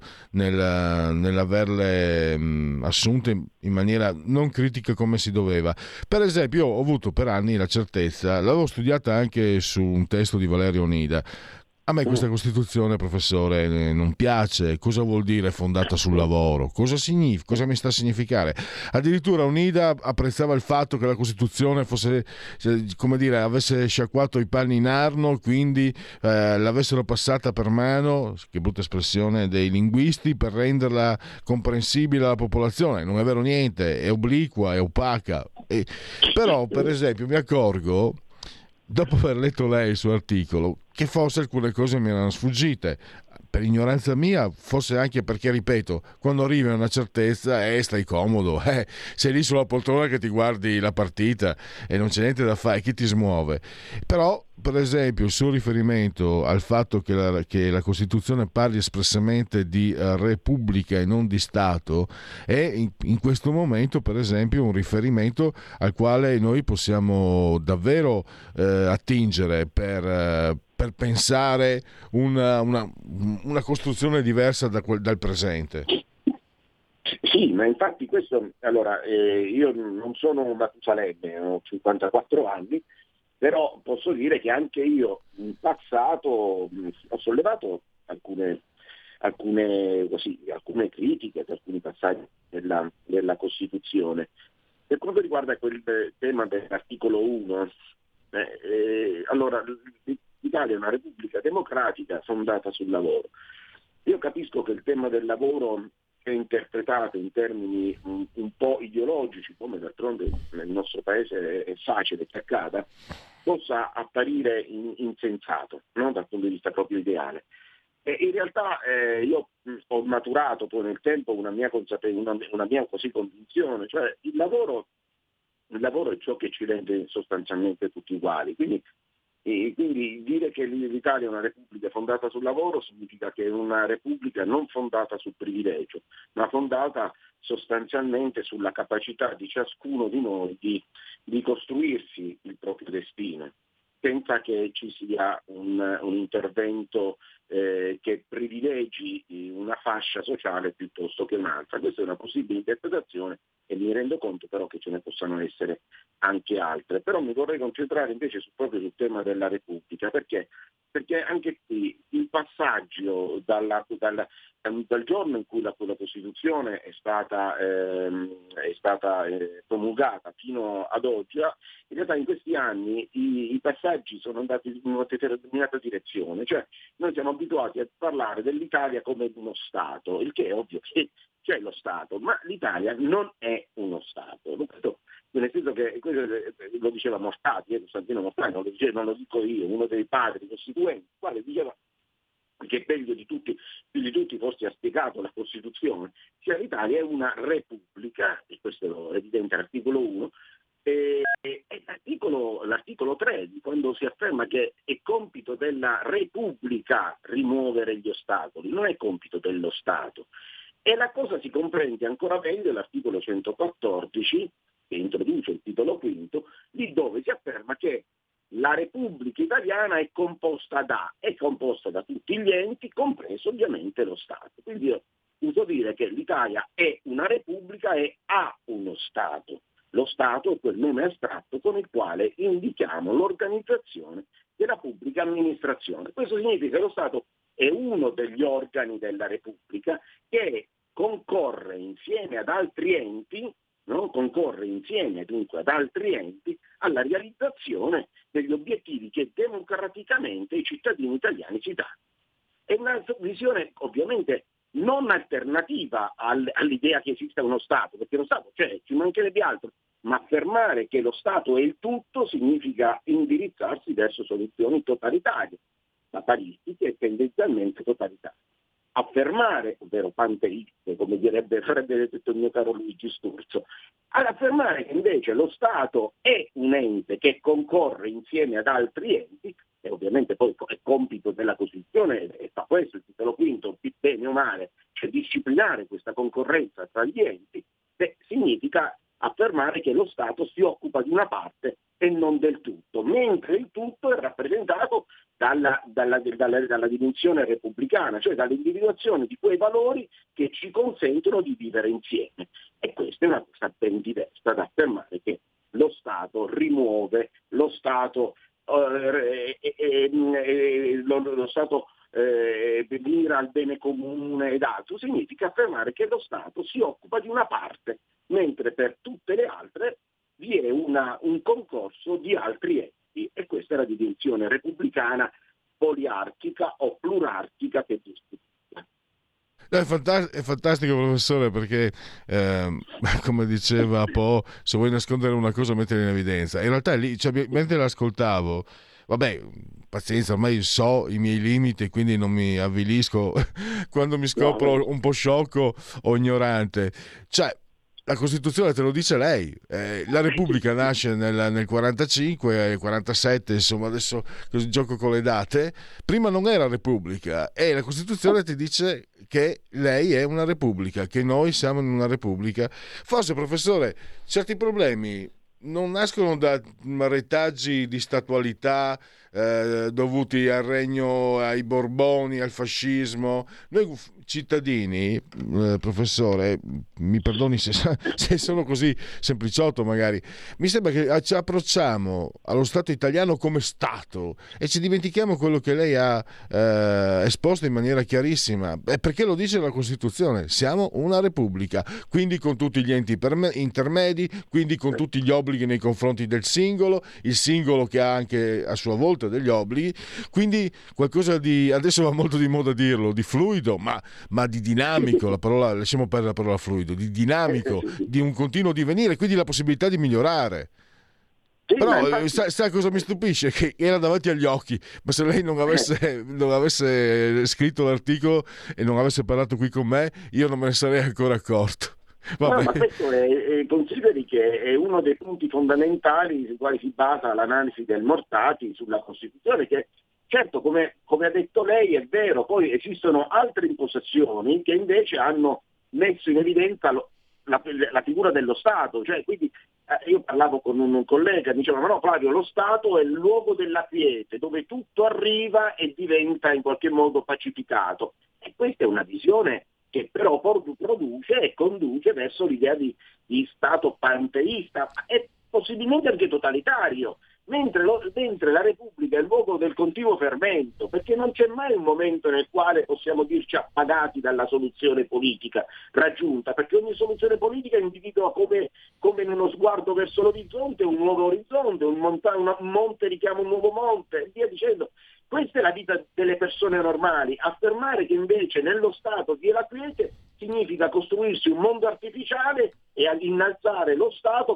nell'averle assunte in maniera non critica come si doveva. Per esempio, io ho avuto per anni la certezza, l'avevo studiata anche su un testo di Valerio Onida. A me questa Costituzione, professore, non piace. Cosa vuol dire fondata sul lavoro? Cosa significa? Cosa mi sta a significare? Addirittura Onida apprezzava il fatto che la Costituzione fosse, come dire, avesse sciacquato i panni in Arno, quindi l'avessero passata per mano, che brutta espressione, dei linguisti per renderla comprensibile alla popolazione. Non è vero niente, è obliqua, è opaca. Però, per esempio, mi accorgo, dopo aver letto lei il suo articolo, che forse alcune cose mi erano sfuggite, per ignoranza mia, forse anche perché, ripeto, quando arrivi a una certezza stai comodo, sei lì sulla poltrona che ti guardi la partita e non c'è niente da fare, chi ti smuove. Però, per esempio, il suo riferimento al fatto che la Costituzione parli espressamente di Repubblica e non di Stato è in questo momento, per esempio, un riferimento al quale noi possiamo davvero attingere per pensare una costruzione diversa dal presente. Sì, ma infatti questo, allora, io non sono Matusalemme, ho 54 anni, però posso dire che anche io in passato ho sollevato alcune critiche ad alcuni passaggi della Costituzione. Per quanto riguarda quel tema dell'articolo 1, allora l'Italia è una repubblica democratica fondata sul lavoro. Io capisco che il tema del lavoro se interpretate in termini un po' ideologici, come d'altronde nel nostro paese è facile che accada, possa apparire insensato, no? Dal punto di vista proprio ideale. E in realtà io ho maturato poi nel tempo una mia così convinzione, cioè il lavoro è ciò che ci rende sostanzialmente tutti uguali. Quindi dire che l'Italia è una repubblica fondata sul lavoro significa che è una repubblica non fondata sul privilegio, ma fondata sostanzialmente sulla capacità di ciascuno di noi di costruirsi il proprio destino, senza che ci sia un intervento che privilegi una fascia sociale piuttosto che un'altra. Questa è una possibile interpretazione e mi rendo conto però che ce ne possano essere anche altre. Però mi vorrei concentrare invece proprio sul tema della Repubblica, perché anche qui il passaggio dal giorno in cui la Costituzione è stata promulgata fino ad oggi, in realtà in questi anni i passaggi sono andati in una determinata direzione, cioè noi siamo abituati a parlare dell'Italia come di uno Stato, il che è ovvio che c'è lo Stato, ma l'Italia non è uno Stato. Nel senso che lo diceva Mostati, Costantino Mostati, non lo dico io, uno dei padri costituenti, il quale diceva che meglio di tutti forse ha spiegato la Costituzione, cioè l'Italia è una repubblica, e questo è evidente all'articolo 1, e l'articolo 3, quando si afferma che è compito della Repubblica rimuovere gli ostacoli, non è compito dello Stato. E la cosa si comprende ancora meglio l'articolo 114, che introduce il titolo quinto, lì dove si afferma che la Repubblica Italiana è composta da tutti gli enti, compreso ovviamente lo Stato. Quindi io uso dire che l'Italia è una Repubblica e ha uno Stato. Lo Stato è quel nome astratto con il quale indichiamo l'organizzazione della pubblica amministrazione. Questo significa che lo Stato è uno degli organi della Repubblica che concorre insieme ad altri enti, dunque ad altri enti alla realizzazione degli obiettivi che democraticamente i cittadini italiani ci danno. È una visione ovviamente non alternativa all'idea che esista uno Stato, perché lo Stato c'è, ci mancherebbe altro, ma affermare che lo Stato è il tutto significa indirizzarsi verso soluzioni totalitarie, fatalistiche e tendenzialmente totalitarie. Affermare, ovvero panteiste, come avrebbe detto il mio caro Luigi Sturzo, ad affermare che invece lo Stato è un ente che concorre insieme ad altri enti, e ovviamente poi è compito della Costituzione, e fa questo il titolo quinto, bene o male, cioè disciplinare questa concorrenza tra gli enti, significa affermare che lo Stato si occupa di una parte e non del tutto, mentre il tutto è rappresentato dalla dimensione repubblicana, cioè dall'individuazione di quei valori che ci consentono di vivere insieme. E questa è una cosa ben diversa da affermare che lo Stato rimuove, lo Stato mira al bene comune ed altro. Significa affermare che lo Stato si occupa di una parte, mentre per tutte le altre vi è un concorso di altri enti, e questa è la dimensione repubblicana poliarchica o plurarchica che discutiamo. È fantastico professore, perché come diceva Po, se vuoi nascondere una cosa metterla in evidenza. In realtà lì, mentre l'ascoltavo, vabbè, pazienza, ormai so i miei limiti, quindi non mi avvilisco quando mi scopro un po' sciocco o ignorante. Cioè, la Costituzione te lo dice lei, la Repubblica nasce nel 45, 47, insomma adesso gioco con le date, prima non era Repubblica, e la Costituzione ti dice che lei è una Repubblica, che noi siamo in una Repubblica. Forse professore, certi problemi non nascono da retaggi di statualità dovuti al regno, ai Borboni, al fascismo. Noi cittadini, professore, mi perdoni se sono così sempliciotto magari, mi sembra che ci approcciamo allo Stato italiano come Stato e ci dimentichiamo quello che lei ha esposto in maniera chiarissima, perché lo dice la Costituzione: siamo una Repubblica, quindi con tutti gli enti intermedi, quindi con tutti gli obblighi nei confronti del singolo, il singolo che ha anche a sua volta oltre degli obblighi, quindi qualcosa di, adesso va molto di moda dirlo, di fluido, ma di dinamico, la parola, lasciamo perdere la parola fluido, di dinamico, di un continuo divenire, quindi la possibilità di migliorare. Sì, Però infatti... sai cosa mi stupisce? Che era davanti agli occhi, ma se lei non avesse scritto l'articolo e non avesse parlato qui con me, io non me ne sarei ancora accorto. Vabbè. No, ma questo consideri che è uno dei punti fondamentali sui quali si basa l'analisi del Mortati sulla Costituzione, che certo, come ha detto lei, è vero, poi esistono altre impostazioni che invece hanno messo in evidenza la figura dello Stato, cioè quindi io parlavo con un collega, mi diceva ma no Flavio, lo Stato è il luogo della quiete, dove tutto arriva e diventa in qualche modo pacificato, e questa è una visione che però produce e conduce verso l'idea di Stato panteista e possibilmente anche totalitario, mentre la Repubblica è il luogo del continuo fermento, perché non c'è mai un momento nel quale possiamo dirci appagati dalla soluzione politica raggiunta, perché ogni soluzione politica individua come in uno sguardo verso l'orizzonte un nuovo orizzonte, un monte richiama un nuovo monte e via dicendo. Questa è la vita delle persone normali. Affermare che invece nello Stato vi è la quiete significa costruirsi un mondo artificiale e innalzare lo Stato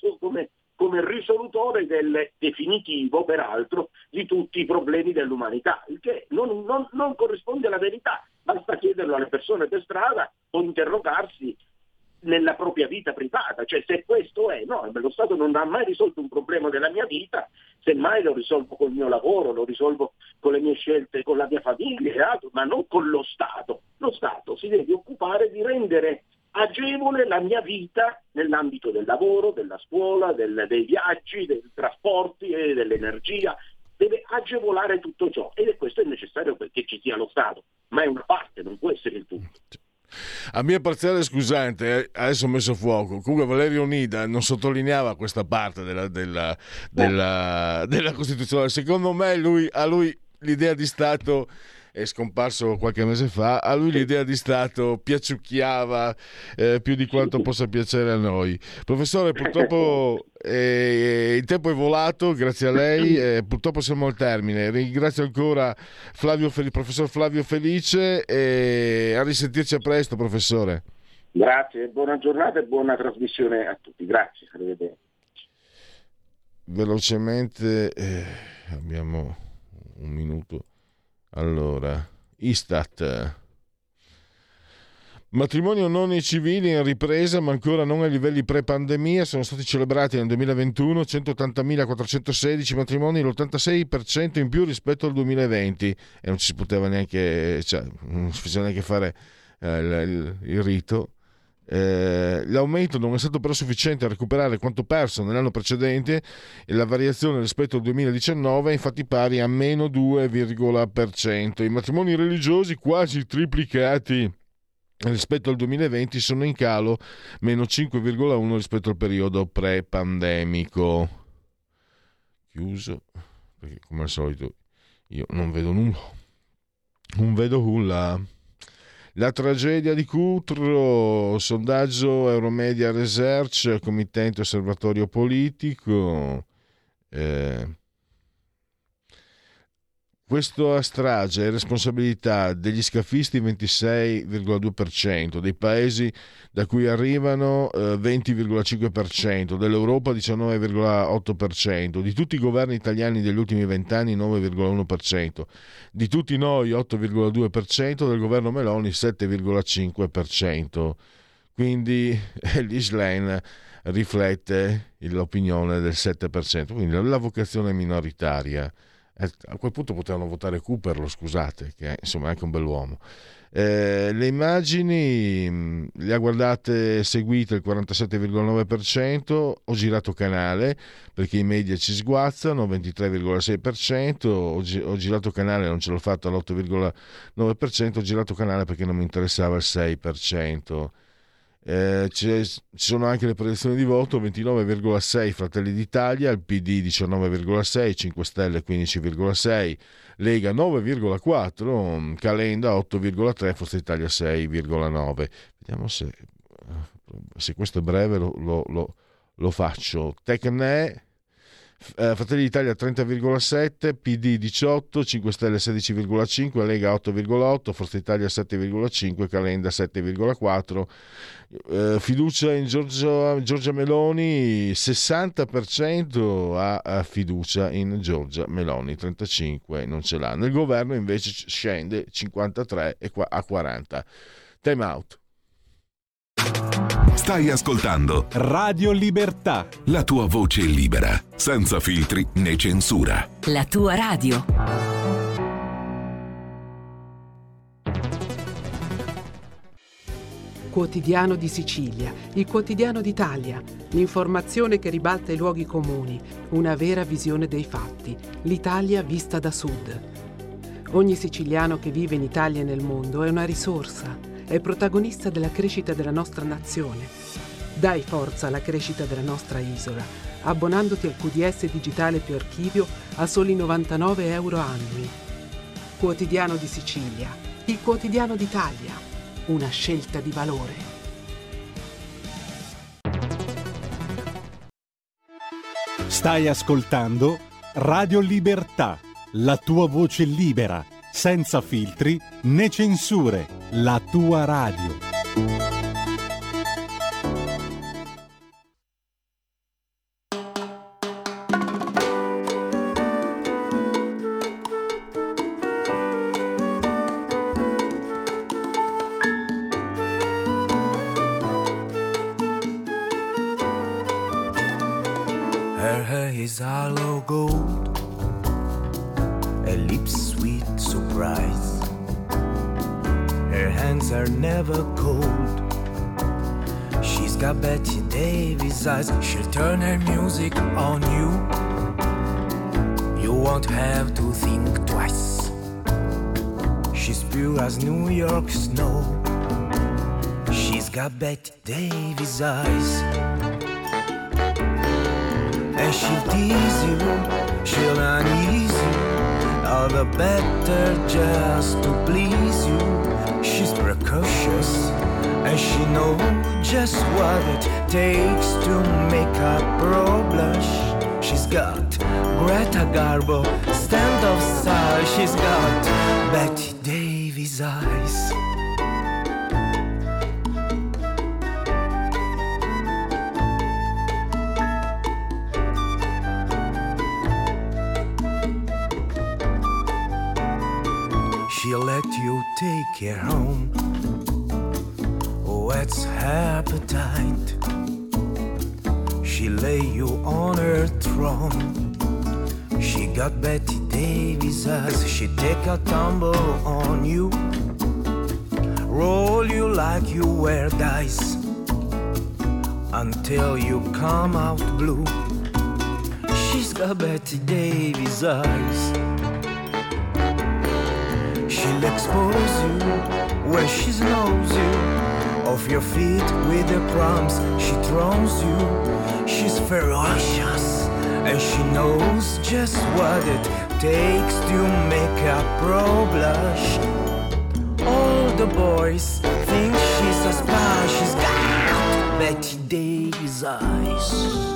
come risolutore del definitivo, peraltro, di tutti i problemi dell'umanità, il che non corrisponde alla verità. Basta chiederlo alle persone per strada o interrogarsi nella propria vita privata, cioè se questo è, no, lo Stato non ha mai risolto un problema della mia vita, semmai lo risolvo col mio lavoro, lo risolvo con le mie scelte, con la mia famiglia, ma non con lo Stato. Lo Stato si deve occupare di rendere agevole la mia vita nell'ambito del lavoro, della scuola, dei viaggi, dei trasporti e dell'energia, deve agevolare tutto ciò, ed è questo è necessario perché ci sia lo Stato, ma è una parte, non può essere il tutto. A mia parziale scusante, adesso ho messo fuoco. Comunque Valerio Nida non sottolineava questa parte della Costituzione. Secondo me a lui l'idea di Stato è scomparso qualche mese fa. A lui l'idea di Stato piaciucchiava più di quanto possa piacere a noi. Professore, purtroppo il tempo è volato, grazie a lei. Purtroppo siamo al termine. Ringrazio ancora professor Flavio Felice e a risentirci a presto, professore. Grazie, buona giornata e buona trasmissione a tutti. Grazie, arrivederci. Velocemente, abbiamo un minuto. Allora, Istat. Matrimonio non civili in ripresa, ma ancora non ai livelli pre-pandemia. Sono stati celebrati nel 2021 180.416 matrimoni, l'86% in più rispetto al 2020. E non ci si poteva neanche, non si faceva neanche fare il rito. L'aumento non è stato però sufficiente a recuperare quanto perso nell'anno precedente e la variazione rispetto al 2019 è infatti pari a meno 2,%. I matrimoni religiosi quasi triplicati rispetto al 2020 sono in calo, meno 5,1 rispetto al periodo pre-pandemico. Chiuso, perché come al solito io non vedo nulla. La tragedia di Cutro, sondaggio Euromedia Research, committente osservatorio politico. Questa strage è responsabilità degli scafisti 26,2%, dei paesi da cui arrivano 20,5%, dell'Europa 19,8%, di tutti i governi italiani degli ultimi 20 anni 9,1%, di tutti noi 8,2%, del governo Meloni 7,5%. Quindi l'Islam riflette l'opinione del 7%, quindi la vocazione minoritaria. A quel punto potevano votare Cooperlo, scusate, che insomma è anche un bell'uomo. Le immagini le ha guardate seguite il 47,9%, ho girato canale perché i media ci sguazzano, 23,6%, ho girato canale, non ce l'ho fatto all'8,9%, ho girato canale perché non mi interessava il 6%. Ci sono anche le proiezioni di voto: 29,6 Fratelli d'Italia, il PD 19,6, 5 Stelle 15,6, Lega 9,4, Calenda 8,3, Forza Italia 6,9. Vediamo se questo è breve, lo faccio. Tecne Fratelli d'Italia 30,7, PD 18, 5 Stelle 16,5, Lega 8,8, Forza Italia 7,5, Calenda 7,4. Fiducia in Giorgia Meloni, 60% ha fiducia in Giorgia Meloni, 35% non ce l'ha. Nel governo invece scende 53 a 40. Time out. Stai ascoltando Radio Libertà, la tua voce libera, senza filtri né censura. La tua radio. Quotidiano di Sicilia, il quotidiano d'Italia, l'informazione che ribalta i luoghi comuni, una vera visione dei fatti, l'Italia vista da sud. Ogni siciliano che vive in Italia e nel mondo è una risorsa, è protagonista della crescita della nostra nazione. Dai forza alla crescita della nostra isola, abbonandoti al QDS digitale più archivio a soli 99 euro annui. Quotidiano di Sicilia, il quotidiano d'Italia, una scelta di valore. stai ascoltando Radio Libertà, la tua voce libera, senza filtri né censure, la tua radio. Her hair is hollow gold, her lips sweet surprise. Her hands are never cold. She's got Betty Davis eyes. She'll turn her music on you. You won't have to think twice. She's pure as New York snow. She's got Betty Davis eyes. And she'll tease you, she'll unease you, all the better just to please you. She's precocious, and she knows just what it takes to make a pro blush. She's got Greta Garbo, stand-up style. She's got Betty Davis eyes. She'll let you take her home. What's her appetite? She lay you on her throne. She got Betty Davis eyes. She take a tumble on you, roll you like you wear dice, until you come out blue. She's got Betty Davis eyes. She'll expose you when she knows you, off your feet with the proms she throws you. She's ferocious, and she knows just what it takes to make a pro blush. All the boys think she's a spy. She's got Betty Davis eyes.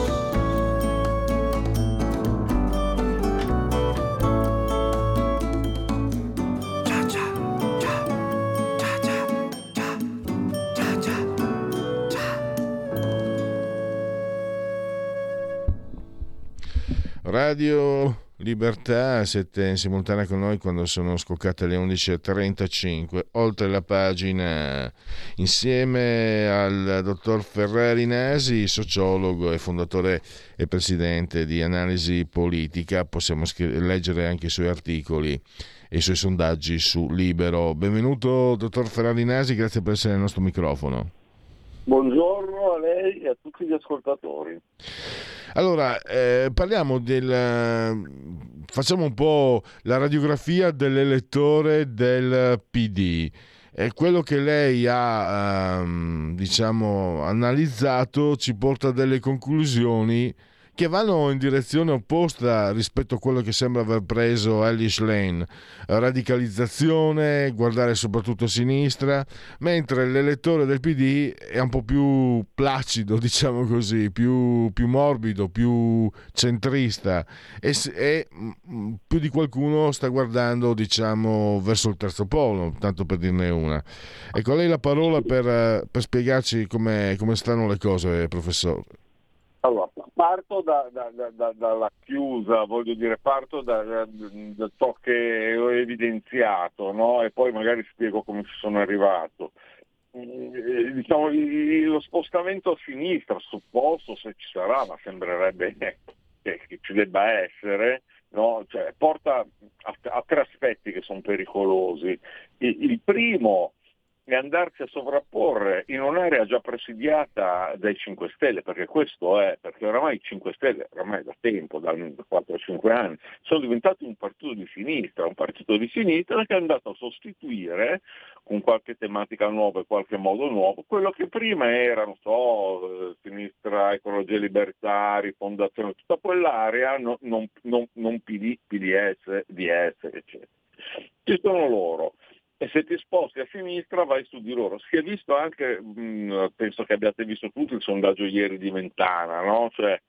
Radio Libertà, siete in simultanea con noi quando sono scoccate le 11.35, oltre la pagina, insieme al dottor Ferrari Nasi, sociologo e fondatore e presidente di Analisi Politica. Possiamo leggere anche i suoi articoli e i suoi sondaggi su Libero. Benvenuto dottor Ferrari Nasi, grazie per essere al nostro microfono. Buongiorno a lei e a tutti gli ascoltatori. Allora, parliamo facciamo un po' la radiografia dell'elettore del PD. Quello che lei ha, analizzato ci porta a delle conclusioni che vanno in direzione opposta rispetto a quello che sembra aver preso Elish Lane: radicalizzazione, guardare soprattutto a sinistra, mentre l'elettore del PD è un po' più placido, diciamo così, più morbido, più centrista, e più di qualcuno sta guardando, diciamo, verso il terzo polo, tanto per dirne una. Ecco, a lei la parola per spiegarci come stanno le cose, professore. Allora, parto dalla chiusa, voglio dire, parto da ciò che ho evidenziato, no? E poi magari spiego come ci sono arrivato. Diciamo, lo spostamento a sinistra, supposto, se ci sarà, ma sembrerebbe che ci debba essere, no? Cioè, porta a tre aspetti che sono pericolosi. Il primo è andarsi a sovrapporre in un'area già presidiata dai 5 Stelle, perché oramai i 5 Stelle, oramai da tempo, da 4-5 anni, sono diventati un partito di sinistra che è andato a sostituire con qualche tematica nuova e qualche modo nuovo quello che prima era, sinistra, ecologia e libertari, fondazione, tutta quell'area, non PD, PDS, DS, eccetera. Ci sono loro. E se ti sposti a sinistra vai su di loro. Si è visto anche, penso che abbiate visto tutti il sondaggio ieri di Mentana, no? Cioè,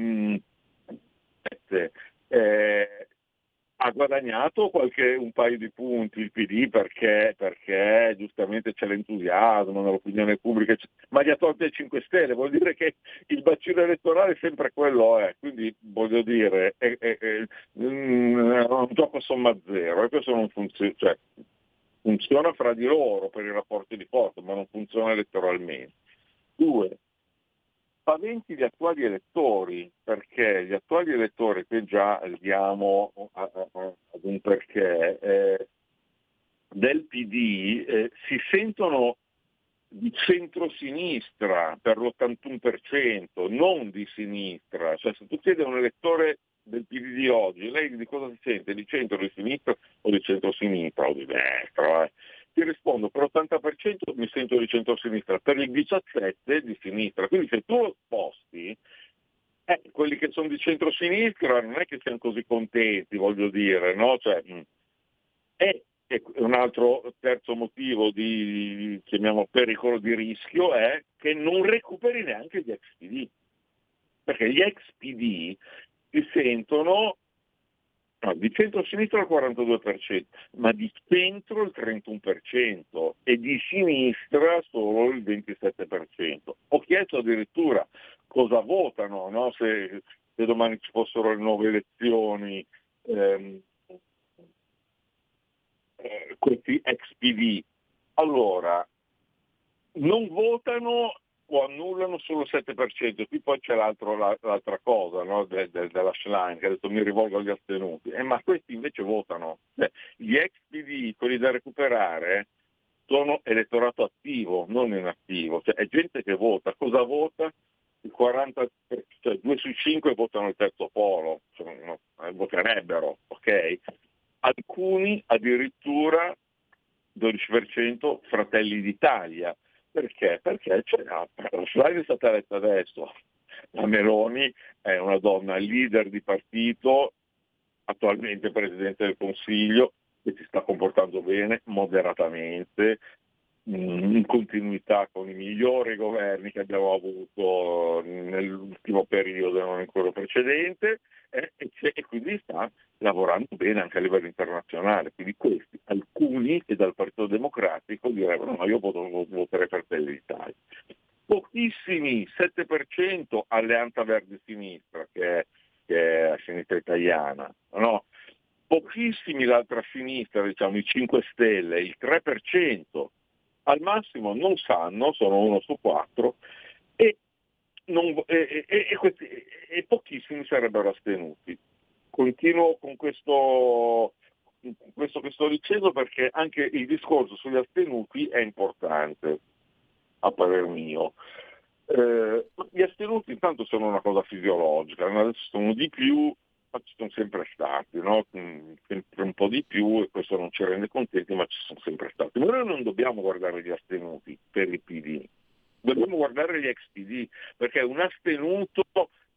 ha guadagnato un paio di punti il PD perché giustamente c'è l'entusiasmo nell'opinione pubblica, ma li ha tolti ai 5 Stelle, vuol dire che il bacino elettorale sempre quello è, quindi voglio dire è un gioco a somma zero, e questo non funziona, cioè funziona fra di loro per i rapporti di forza, ma non funziona elettoralmente. 2. Spaventi gli attuali elettori, perché gli attuali elettori, qui già diamo ad un perché, del PD si sentono di centrosinistra per l'81%, non di sinistra. Cioè, se tu chiedi a un elettore del PD di oggi, lei di cosa si sente? Di centro, di sinistra o di centrosinistra o di destra? Ti rispondo, per l'80% mi sento di centrosinistra, per il 17% di sinistra. Quindi se tu lo sposti, quelli che sono di centrosinistra non è che siano così contenti, voglio dire, no? Cioè, è un altro terzo motivo di, chiamiamo, pericolo di rischio, è che non recuperi neanche gli ex PD, perché gli ex PD si sentono di centro-sinistra il 42%, ma di centro il 31% e di sinistra solo il 27%. Ho chiesto addirittura cosa votano, no? Se domani ci fossero le nuove elezioni, questi ex PD. Allora, non votano o annullano solo il 7%, qui poi c'è l'altra cosa, no? della Schlein, che ha detto mi rivolgo agli astenuti, ma questi invece votano. Gli ex PD, quelli da recuperare, sono elettorato attivo, non inattivo, cioè è gente che vota. Cosa vota? Il 40%, cioè 2 su 5 votano il terzo polo, voterebbero, ok? Alcuni addirittura 12% Fratelli d'Italia. Perché? Perché la Schlein è stata eletta adesso, la Meloni è una donna leader di partito, attualmente Presidente del Consiglio, che si sta comportando bene, moderatamente, in continuità con i migliori governi che abbiamo avuto nell'ultimo periodo, non in quello precedente, e quindi sta lavorando bene anche a livello internazionale. Quindi questi, alcuni che dal Partito Democratico direbbero no, io voterei per Fratelli d'Italia. Pochissimi, 7% Alleanza Verde Sinistra, che è a sinistra italiana, no? Pochissimi l'altra sinistra, diciamo i 5 Stelle, il 3%, al massimo non sanno, sono 1 su 4, e pochissimi sarebbero astenuti. Continuo con questo che sto dicendo perché anche il discorso sugli astenuti è importante, a parer mio. Gli astenuti intanto sono una cosa fisiologica, adesso sono di più, ma ci sono sempre stati, no? Sempre un po' di più, e questo non ci rende contenti, ma ci sono sempre stati. Ma noi non dobbiamo guardare gli astenuti per il PD, dobbiamo guardare gli ex PD, perché un astenuto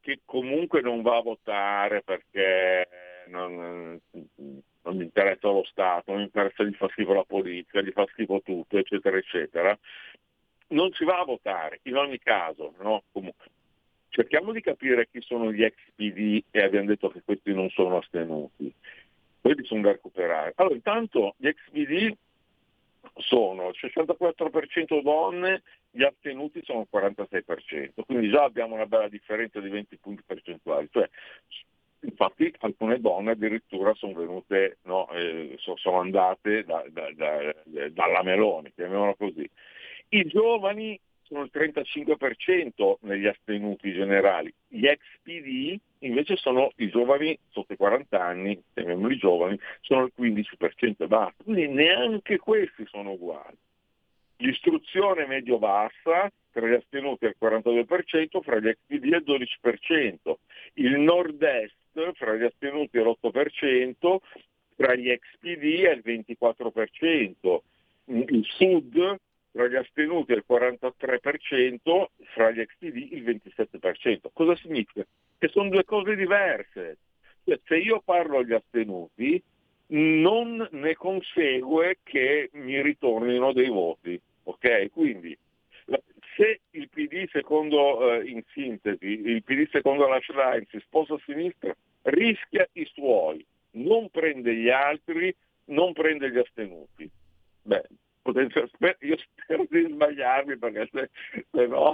che comunque non va a votare perché non gli interessa lo Stato, non gli interessa, gli fa schifo la politica, gli fa schifo tutto, eccetera, eccetera, non ci va a votare. In ogni caso, no? Comunque, cerchiamo di capire chi sono gli ex PD, e abbiamo detto che questi non sono astenuti. Quelli sono da recuperare. Allora, intanto gli ex PD sono il 64% donne, gli astenuti sono il 46%, quindi già abbiamo una bella differenza di 20 punti percentuali. Cioè, infatti alcune donne addirittura sono venute, no, sono andate dalla Meloni, chiamiamolo così. I giovani sono il 35% negli astenuti generali, gli ex PD invece sono i giovani sotto i 40 anni, chiamiamoli giovani, sono il 15% e basta, quindi neanche questi sono uguali. L'istruzione medio-bassa, tra gli astenuti è il 42%, fra gli ex PD è il 12%, il nord-est fra gli astenuti è l'8%, fra gli ex PD è il 24%, il sud tra gli astenuti è il 43%, fra gli ex PD il 27%. Cosa significa? Che sono due cose diverse. Cioè, se io parlo agli astenuti, non ne consegue che mi ritornino dei voti, ok? Quindi, se il PD secondo, in sintesi, il PD secondo la Schlein si sposta a sinistra, rischia i suoi, non prende gli altri, non prende gli astenuti. Beh, io spero di sbagliarmi, perché se no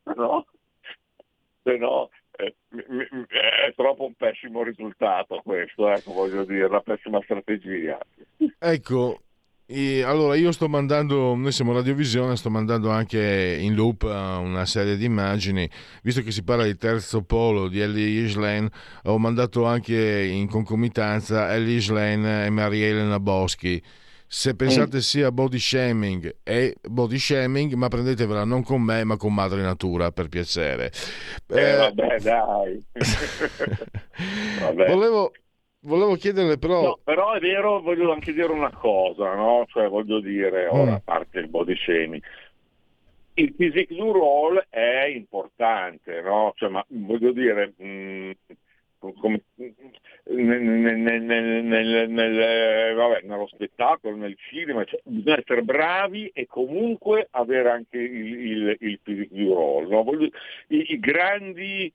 è troppo un pessimo risultato questo, ecco, voglio dire, una pessima strategia. Ecco, allora io sto mandando, noi siamo Radiovisione, sto mandando anche in loop una serie di immagini, visto che si parla di terzo polo di Elly Schlein, ho mandato anche in concomitanza Elly Schlein e Maria-Elena Boschi. Se pensate sia body shaming, è body shaming, ma prendetevela non con me ma con Madre Natura, per piacere. Vabbè, dai. Vabbè. Volevo chiederle però... No, però è vero, voglio anche dire una cosa, no? Cioè, voglio dire, ora, a parte il body shaming, il physique du role è importante, no? Cioè, ma voglio dire... come nello spettacolo, nel cinema, cioè, bisogna essere bravi e comunque avere anche il physique du role, no? I grandi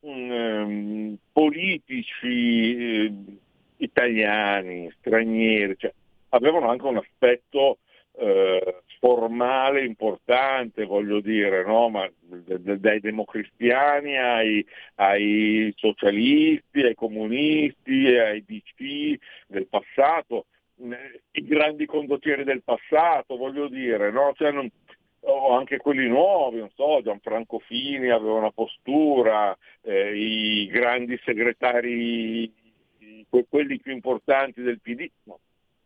politici italiani, stranieri, cioè, avevano anche un aspetto formale importante, voglio dire, no? Ma dai democristiani ai socialisti, ai comunisti, ai DC del passato, i grandi condottieri del passato, voglio dire, no? Cioè, o anche quelli nuovi, non so, Gianfranco Fini aveva una postura, i grandi segretari, quelli più importanti del PD, no.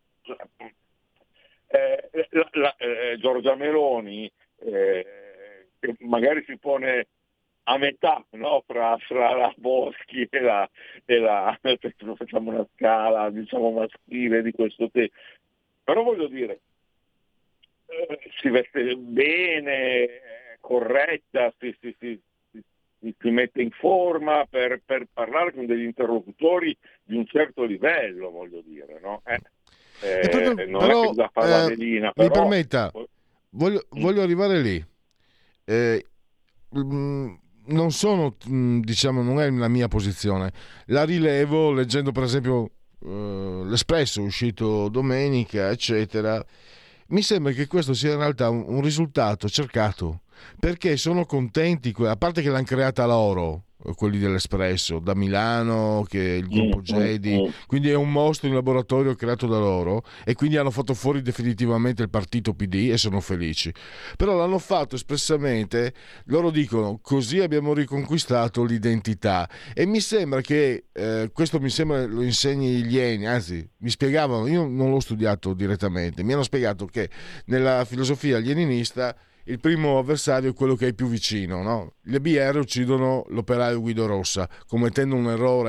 Giorgia Meloni, che magari si pone a metà, no? fra la Boschi e la facciamo una scala, diciamo, maschile di questo tema, però voglio dire, si veste bene, corretta, si mette in forma per parlare con degli interlocutori di un certo livello, voglio dire, no? Non però, è che da fare la velina, però... Mi permetta, voglio arrivare lì. Non sono, diciamo, non è la mia posizione. La rilevo leggendo, per esempio, l'Espresso uscito domenica, eccetera. Mi sembra che questo sia in realtà un risultato cercato, perché sono contenti, a parte che l'hanno creata loro, quelli dell'Espresso, da Milano, che è il gruppo Gedi, quindi è un mostro in laboratorio creato da loro, e quindi hanno fatto fuori definitivamente il partito PD e sono felici. Però l'hanno fatto espressamente, loro dicono, così abbiamo riconquistato l'identità, e mi sembra che questo lo insegni gli Ieni, anzi mi spiegavano, io non l'ho studiato direttamente, mi hanno spiegato che nella filosofia leninista il primo avversario è quello che è più vicino, no? Le BR uccidono l'operaio Guido Rossa, commettendo un errore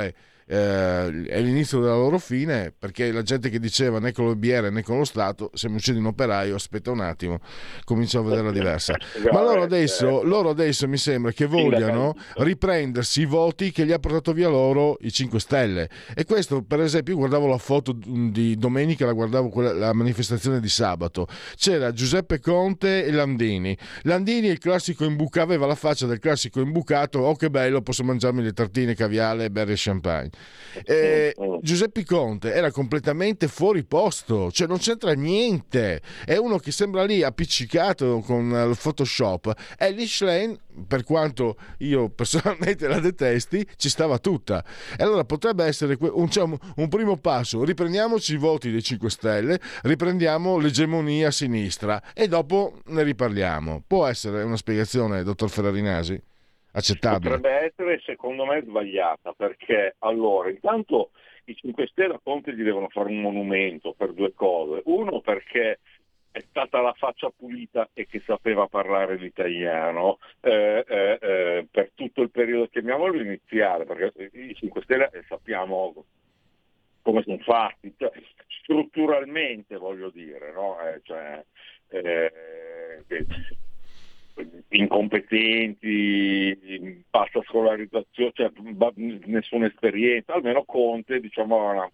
è l'inizio della loro fine, perché la gente che diceva né con le BR né con lo Stato, se mi uccidi un operaio aspetta un attimo, comincio a vederla diversa. Ma loro adesso mi sembra che vogliano riprendersi i voti che gli ha portato via loro i 5 Stelle, e questo, per esempio, io guardavo la foto di domenica, la manifestazione di sabato, c'era Giuseppe Conte e Landini è il classico imbucato, aveva la faccia del classico imbucato, oh che bello, posso mangiarmi le tartine, caviale e bere champagne. Giuseppe Conte era completamente fuori posto, cioè non c'entra niente, è uno che sembra lì appiccicato con il Photoshop. E Lish Lane, per quanto io personalmente la detesti, ci stava tutta. E allora potrebbe essere un primo passo: riprendiamoci i voti dei 5 Stelle, riprendiamo l'egemonia a sinistra e dopo ne riparliamo. Può essere una spiegazione, dottor Ferrarinasi? Accettabile? Potrebbe essere, secondo me, sbagliata, perché allora intanto i 5 Stelle a Conte gli devono fare un monumento per due cose. Uno, perché è stata la faccia pulita e che sapeva parlare l'italiano per tutto il periodo, chiamiamolo iniziale, perché i 5 Stelle sappiamo come sono fatti, cioè, strutturalmente voglio dire, no? Incompetenti, bassa scolarizzazione, cioè nessuna esperienza, almeno Conte, diciamo,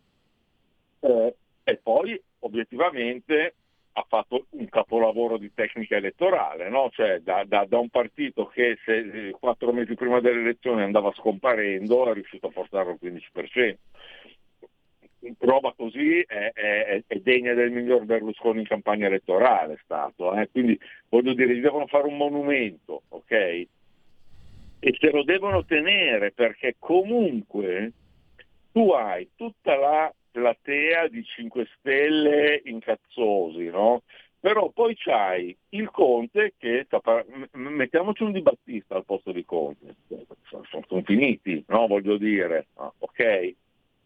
e poi obiettivamente ha fatto un capolavoro di tecnica elettorale, no? Cioè da un partito che 4 mesi prima delle elezioni andava scomparendo, è riuscito a portarlo al 15%. Roba così è degna del miglior Berlusconi in campagna elettorale, è stato, quindi voglio dire, gli devono fare un monumento, ok? E se lo devono tenere, perché comunque tu hai tutta la platea di 5 Stelle incazzosi, no? Però poi c'hai il Conte che mettiamoci un Di Battista al posto di Conte, sono finiti, no? Voglio dire, ok?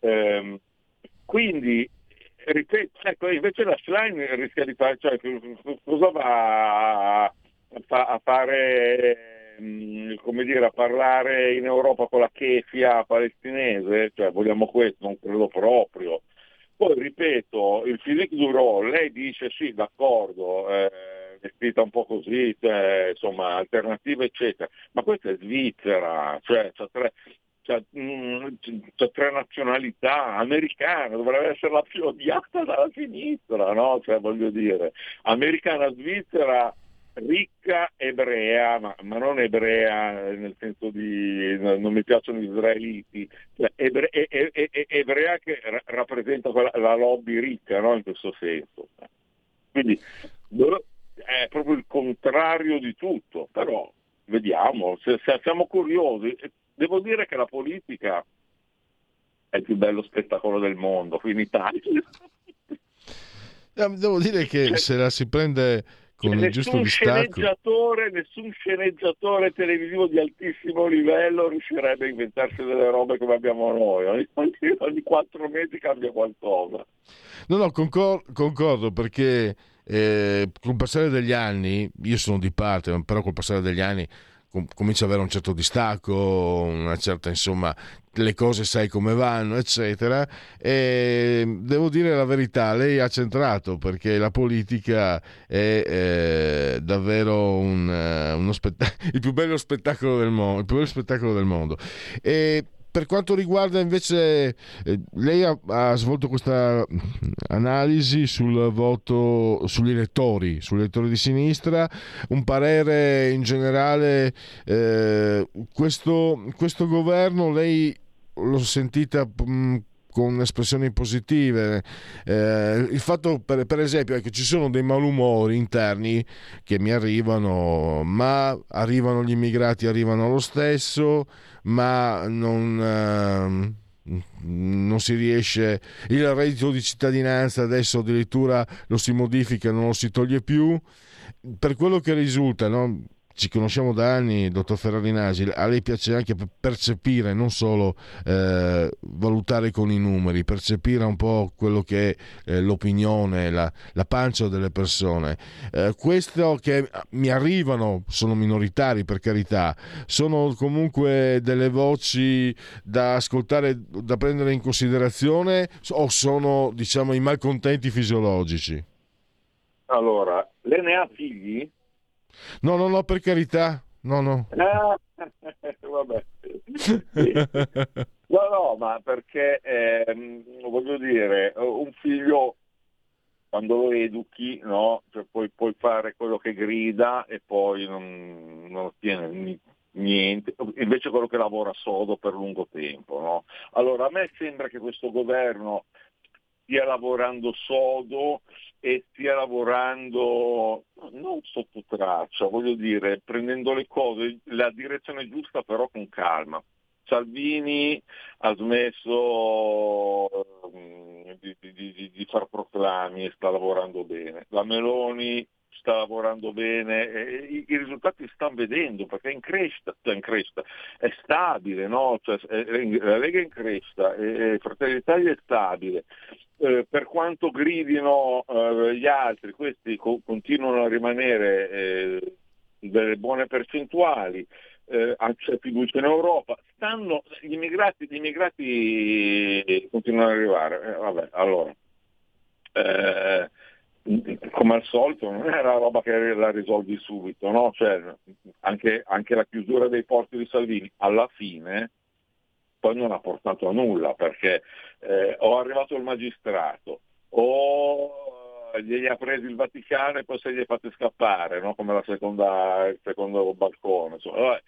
Quindi, ripeto, ecco, invece la Schlein rischia di fare, cioè, cosa va a fare, come dire, a parlare in Europa con la kefia palestinese? Cioè, vogliamo questo? Non credo proprio. Poi, ripeto, il Philippe Duro, lei dice sì, d'accordo, vestita un po' così, cioè, insomma, alternative, eccetera, ma questa è Svizzera, cioè, c'è 3 nazionalità, americana, dovrebbe essere la più odiata dalla sinistra, no? Cioè, voglio dire, americana, svizzera, ricca, ebrea, ma non ebrea nel senso di non mi piacciono gli israeliti, cioè, ebrea che rappresenta la lobby ricca, no? In questo senso. Quindi è proprio il contrario di tutto, però vediamo, se siamo curiosi. Devo dire che la politica è il più bello spettacolo del mondo qui in Italia. Devo dire che se la si prende con il giusto distacco, nessun sceneggiatore televisivo di altissimo livello riuscirebbe a inventarsi delle robe come abbiamo noi. Ogni 4 mesi cambia qualcosa. No, concordo, perché col passare degli anni, io sono di parte, però col passare degli anni comincia ad avere un certo distacco, una certa, insomma, le cose sai come vanno, eccetera, e devo dire la verità, lei ha centrato, perché la politica è davvero il più bello spettacolo del mondo, E per quanto riguarda invece, lei ha svolto questa analisi sul voto, sugli elettori di sinistra, un parere in generale. Questo governo lei l'ho sentita con espressioni positive, il fatto per esempio è che ci sono dei malumori interni che mi arrivano, ma arrivano gli immigrati, arrivano lo stesso, ma non si riesce, il reddito di cittadinanza adesso addirittura lo si modifica, non lo si toglie più, per quello che risulta, no? ci conosciamo da anni, dottor Ferrari Nasi, a lei piace anche percepire, non solo valutare con i numeri, percepire un po' quello che è l'opinione, la pancia delle persone. Questo che mi arrivano sono minoritari, per carità, sono comunque delle voci da ascoltare, da prendere in considerazione, o sono, diciamo, i malcontenti fisiologici? Allora, lei ne ha figli? No, per carità, no. Vabbè. No, ma perché voglio dire, un figlio quando lo educhi, no, cioè puoi fare quello che grida e poi non ottiene niente, invece quello che lavora sodo per lungo tempo, no? Allora a me sembra che questo governo stia lavorando sodo e stia lavorando non sotto traccia, voglio dire, prendendo le cose, la direzione giusta però con calma. Salvini ha smesso di far proclami e sta lavorando bene. La Meloni sta lavorando bene e i risultati si stanno vedendo perché è in crescita, è stabile, no? Cioè, la Lega è in crescita e Fratelli d'Italia è stabile. Per quanto gridino gli altri, questi continuano a rimanere delle buone percentuali. C'è fiducia in Europa, gli immigrati continuano ad arrivare. Vabbè, allora come al solito non è una roba che la risolvi subito, no? Cioè, anche la chiusura dei porti di Salvini alla fine poi non ha portato a nulla, perché o è arrivato il magistrato o glieli ha presi il Vaticano e poi se li ha fatti scappare, no? Come il secondo balcone, insomma.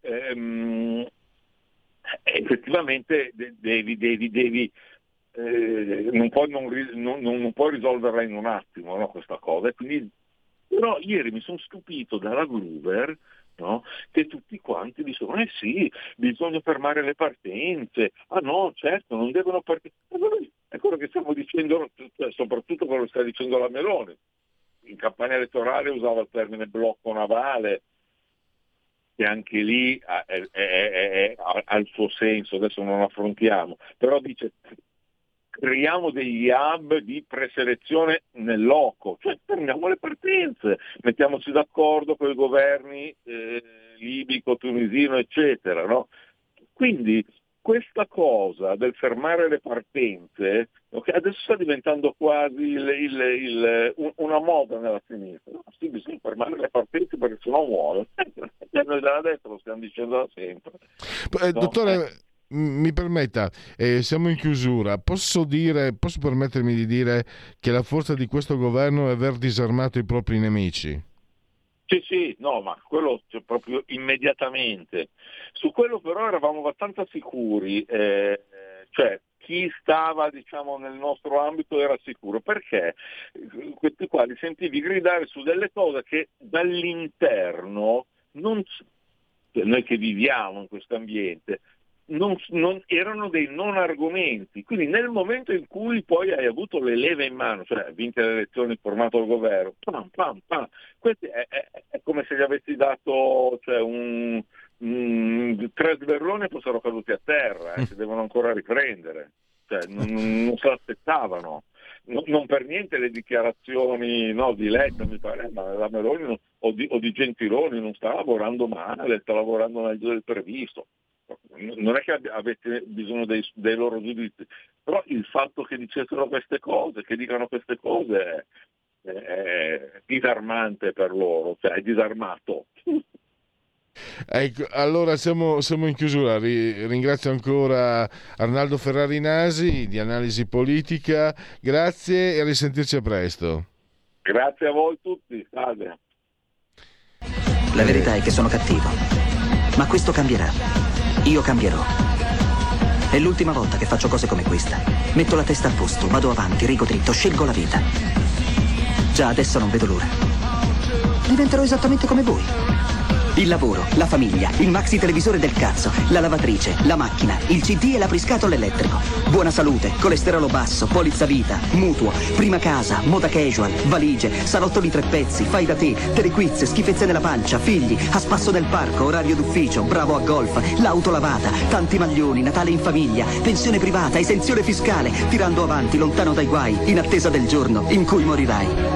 Effettivamente devi non puoi risolverla in un attimo, no, questa cosa. E quindi, però ieri mi sono stupito dalla Gruber, no, che tutti quanti dicono sì, bisogna fermare le partenze, no, certo, non devono partire. È quello che stiamo dicendo, soprattutto quello che sta dicendo la Meloni. In campagna elettorale usava il termine blocco navale, che anche lì ha il suo senso, adesso non affrontiamo, però dice creiamo degli hub di preselezione nel loco, cioè fermiamo le partenze, mettiamoci d'accordo con i governi libico, tunisino, eccetera, no? Quindi questa cosa del fermare le partenze, okay, adesso sta diventando quasi una moda nella sinistra. No, sì, bisogna fermare le partenze perché sennò muore. Noi dalla destra lo stiamo dicendo da sempre. Dottore, mi permetta, siamo in chiusura. Posso permettermi di dire che la forza di questo governo è aver disarmato i propri nemici? Sì, no, ma quello proprio immediatamente. Su quello però eravamo abbastanza sicuri, cioè chi stava, diciamo, nel nostro ambito era sicuro, perché questi qua li sentivi gridare su delle cose che dall'interno, noi che viviamo in questo ambiente, non erano dei non argomenti. Quindi nel momento in cui poi hai avuto le leve in mano, cioè vinte le elezioni, formato il governo, pam, questo è come se gli avessi dato, cioè, 3 sberloni e fossero caduti a terra, si devono ancora riprendere, cioè non se l'aspettavano. Non per niente le dichiarazioni, no, di Letta, mi pare, ma la Meloni o di Gentiloni non sta lavorando male, sta lavorando meglio del previsto. Non è che avete bisogno dei loro giudizi, però il fatto che dicessero queste cose, che dicano queste cose è disarmante per loro, cioè è disarmato. Ecco, allora siamo in chiusura. Ringrazio ancora Arnaldo Ferrari Nasi di Analisi Politica, grazie e a risentirci a presto. Grazie a voi tutti, salve. La verità è che sono cattivo, ma questo cambierà. Io cambierò. È l'ultima volta che faccio cose come questa. Metto la testa a posto, vado avanti, rigo dritto, scelgo la vita. Già adesso non vedo l'ora. Diventerò esattamente come voi. Il lavoro, la famiglia, il maxi televisore del cazzo, la lavatrice, la macchina, il CD e l'apriscatole elettrico. Buona salute, colesterolo basso, polizza vita, mutuo, prima casa, moda casual, valigie, salotto di 3 pezzi, fai da te, telequiz, schifezze nella pancia, figli, a spasso nel parco, orario d'ufficio, bravo a golf, l'auto lavata, tanti maglioni, Natale in famiglia, pensione privata, esenzione fiscale, tirando avanti, lontano dai guai, in attesa del giorno in cui morirai.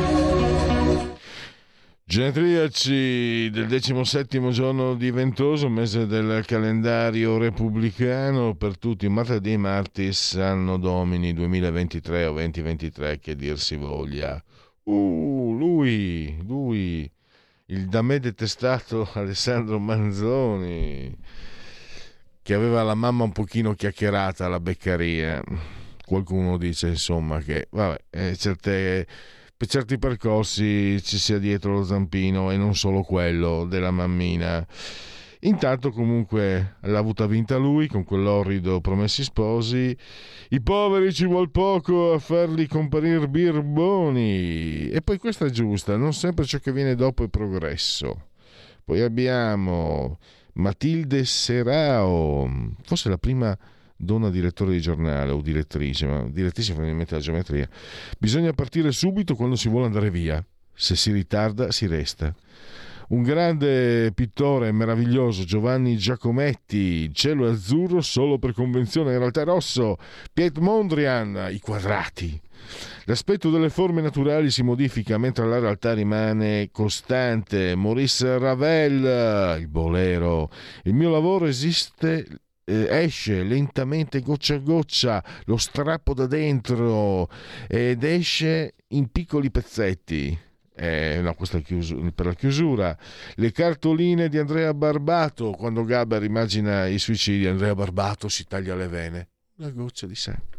Genetriaci del 17° giorno di Ventoso, mese del calendario repubblicano, per tutti martedì martis anno domini 2023 o 2023, che dir si voglia. Lui, il da me detestato Alessandro Manzoni, che aveva la mamma un pochino chiacchierata alla Beccaria. Qualcuno dice insomma che vabbè, per certi percorsi ci sia dietro lo zampino e non solo quello della mammina. Intanto comunque l'ha avuta vinta lui con quell'orrido Promessi Sposi. I poveri ci vuol poco a farli comparire birboni. E poi questa è giusta, non sempre ciò che viene dopo è progresso. Poi abbiamo Matilde Serao, forse la prima donna direttore di giornale o direttrice, ma direttrice probabilmente la geometria. Bisogna partire subito quando si vuole andare via, se si ritarda si resta. Un grande pittore meraviglioso, Giovanni Giacometti, il cielo è azzurro solo per convenzione, in realtà è rosso. Piet Mondrian, i quadrati. L'aspetto delle forme naturali si modifica mentre la realtà rimane costante. Maurice Ravel, il bolero. Il mio lavoro esce lentamente, goccia a goccia, lo strappo da dentro ed esce in piccoli pezzetti. Questa è per la chiusura. Le cartoline di Andrea Barbato, quando Gaber immagina i suicidi, Andrea Barbato si taglia le vene, una goccia di sangue.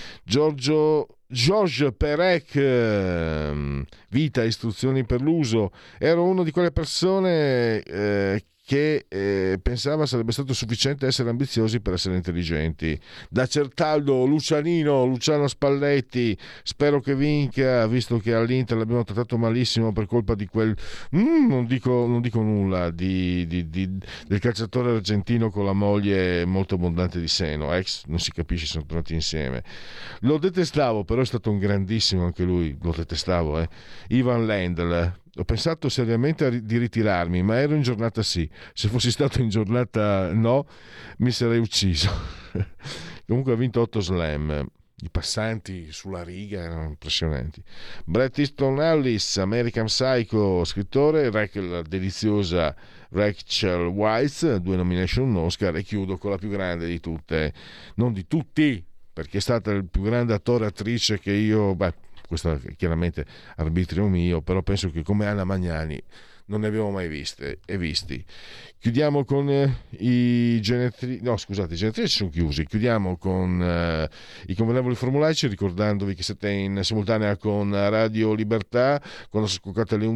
Georges Perec, vita, istruzioni per l'uso. Ero una di quelle persone che pensava sarebbe stato sufficiente essere ambiziosi per essere intelligenti. Da Certaldo, Luciano Spalletti, spero che vinca, visto che all'Inter l'abbiamo trattato malissimo per colpa di quel non dico nulla del calciatore argentino con la moglie molto abbondante di seno, non si capisce, sono tornati insieme. Lo detestavo, però è stato un grandissimo anche lui, lo detestavo. Ivan Lendl. Ho pensato seriamente di ritirarmi, ma ero in giornata sì. Se fossi stato in giornata no, mi sarei ucciso. Comunque ha vinto 8 slam. I passanti sulla riga erano impressionanti. Bret Easton Ellis, American Psycho, scrittore, la deliziosa Rachel Weisz, 2 nomination, un Oscar. E chiudo con la più grande di tutte, non di tutti, perché è stata il più grande attore attrice che io... questo è chiaramente arbitrio mio, però penso che come Anna Magnani non ne abbiamo mai visti. Chiudiamo con i genetriaci sono chiusi. Chiudiamo con i convenevoli formulaici, ricordandovi che siete in simultanea con Radio Libertà quando sono scoccate le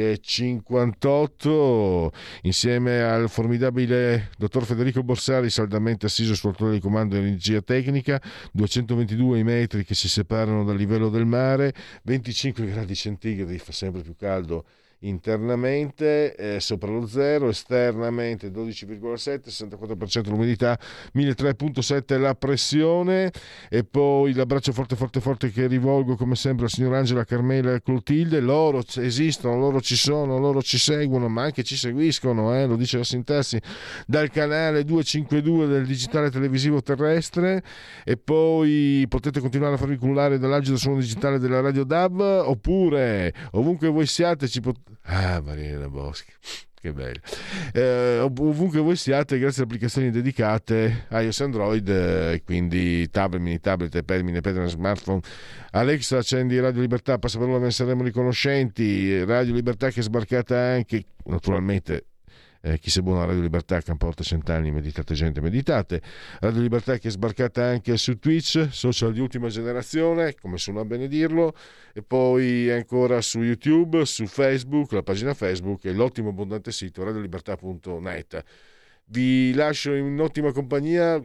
11:58, insieme al formidabile dottor Federico Borsari, saldamente assiso sul trono di comando di energia tecnica. 222 i metri che si separano dal livello del mare, 25 gradi centigradi, fa sempre più caldo internamente, sopra lo zero, esternamente 12,7, 64% l'umidità, 1003,7 la pressione. E poi l'abbraccio forte che rivolgo come sempre al signor Angela Carmela Clotilde. Loro esistono, loro ci sono, loro ci seguono, ma anche ci seguiscono, lo dice la sintassi, dal canale 252 del digitale televisivo terrestre. E poi potete continuare a farvi cullare dall'agido suono digitale della Radio DAB, oppure ovunque voi siate Mariella Boschi, che bello, ovunque voi siate, grazie alle applicazioni dedicate iOS, Android, quindi tablet, mini tablet, iPad, mini iPad, smartphone. Alexa, accendi Radio Libertà, passaparola, ne saremo riconoscenti. Radio Libertà che è sbarcata anche, naturalmente, chi sei buono a Radio Libertà, Camporta Cent'anni, meditate gente, meditate. Radio Libertà che è sbarcata anche su Twitch, social di ultima generazione, come suona bene dirlo, e poi ancora su YouTube, su Facebook, la pagina Facebook e l'ottimo abbondante sito radiolibertà.net. Vi lascio in ottima compagnia.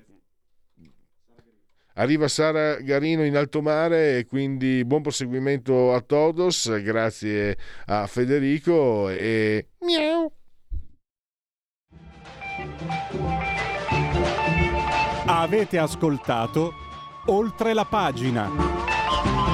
Arriva Sara Garino in alto mare e quindi buon proseguimento a todos, grazie a Federico e miau. Avete ascoltato Oltre la pagina.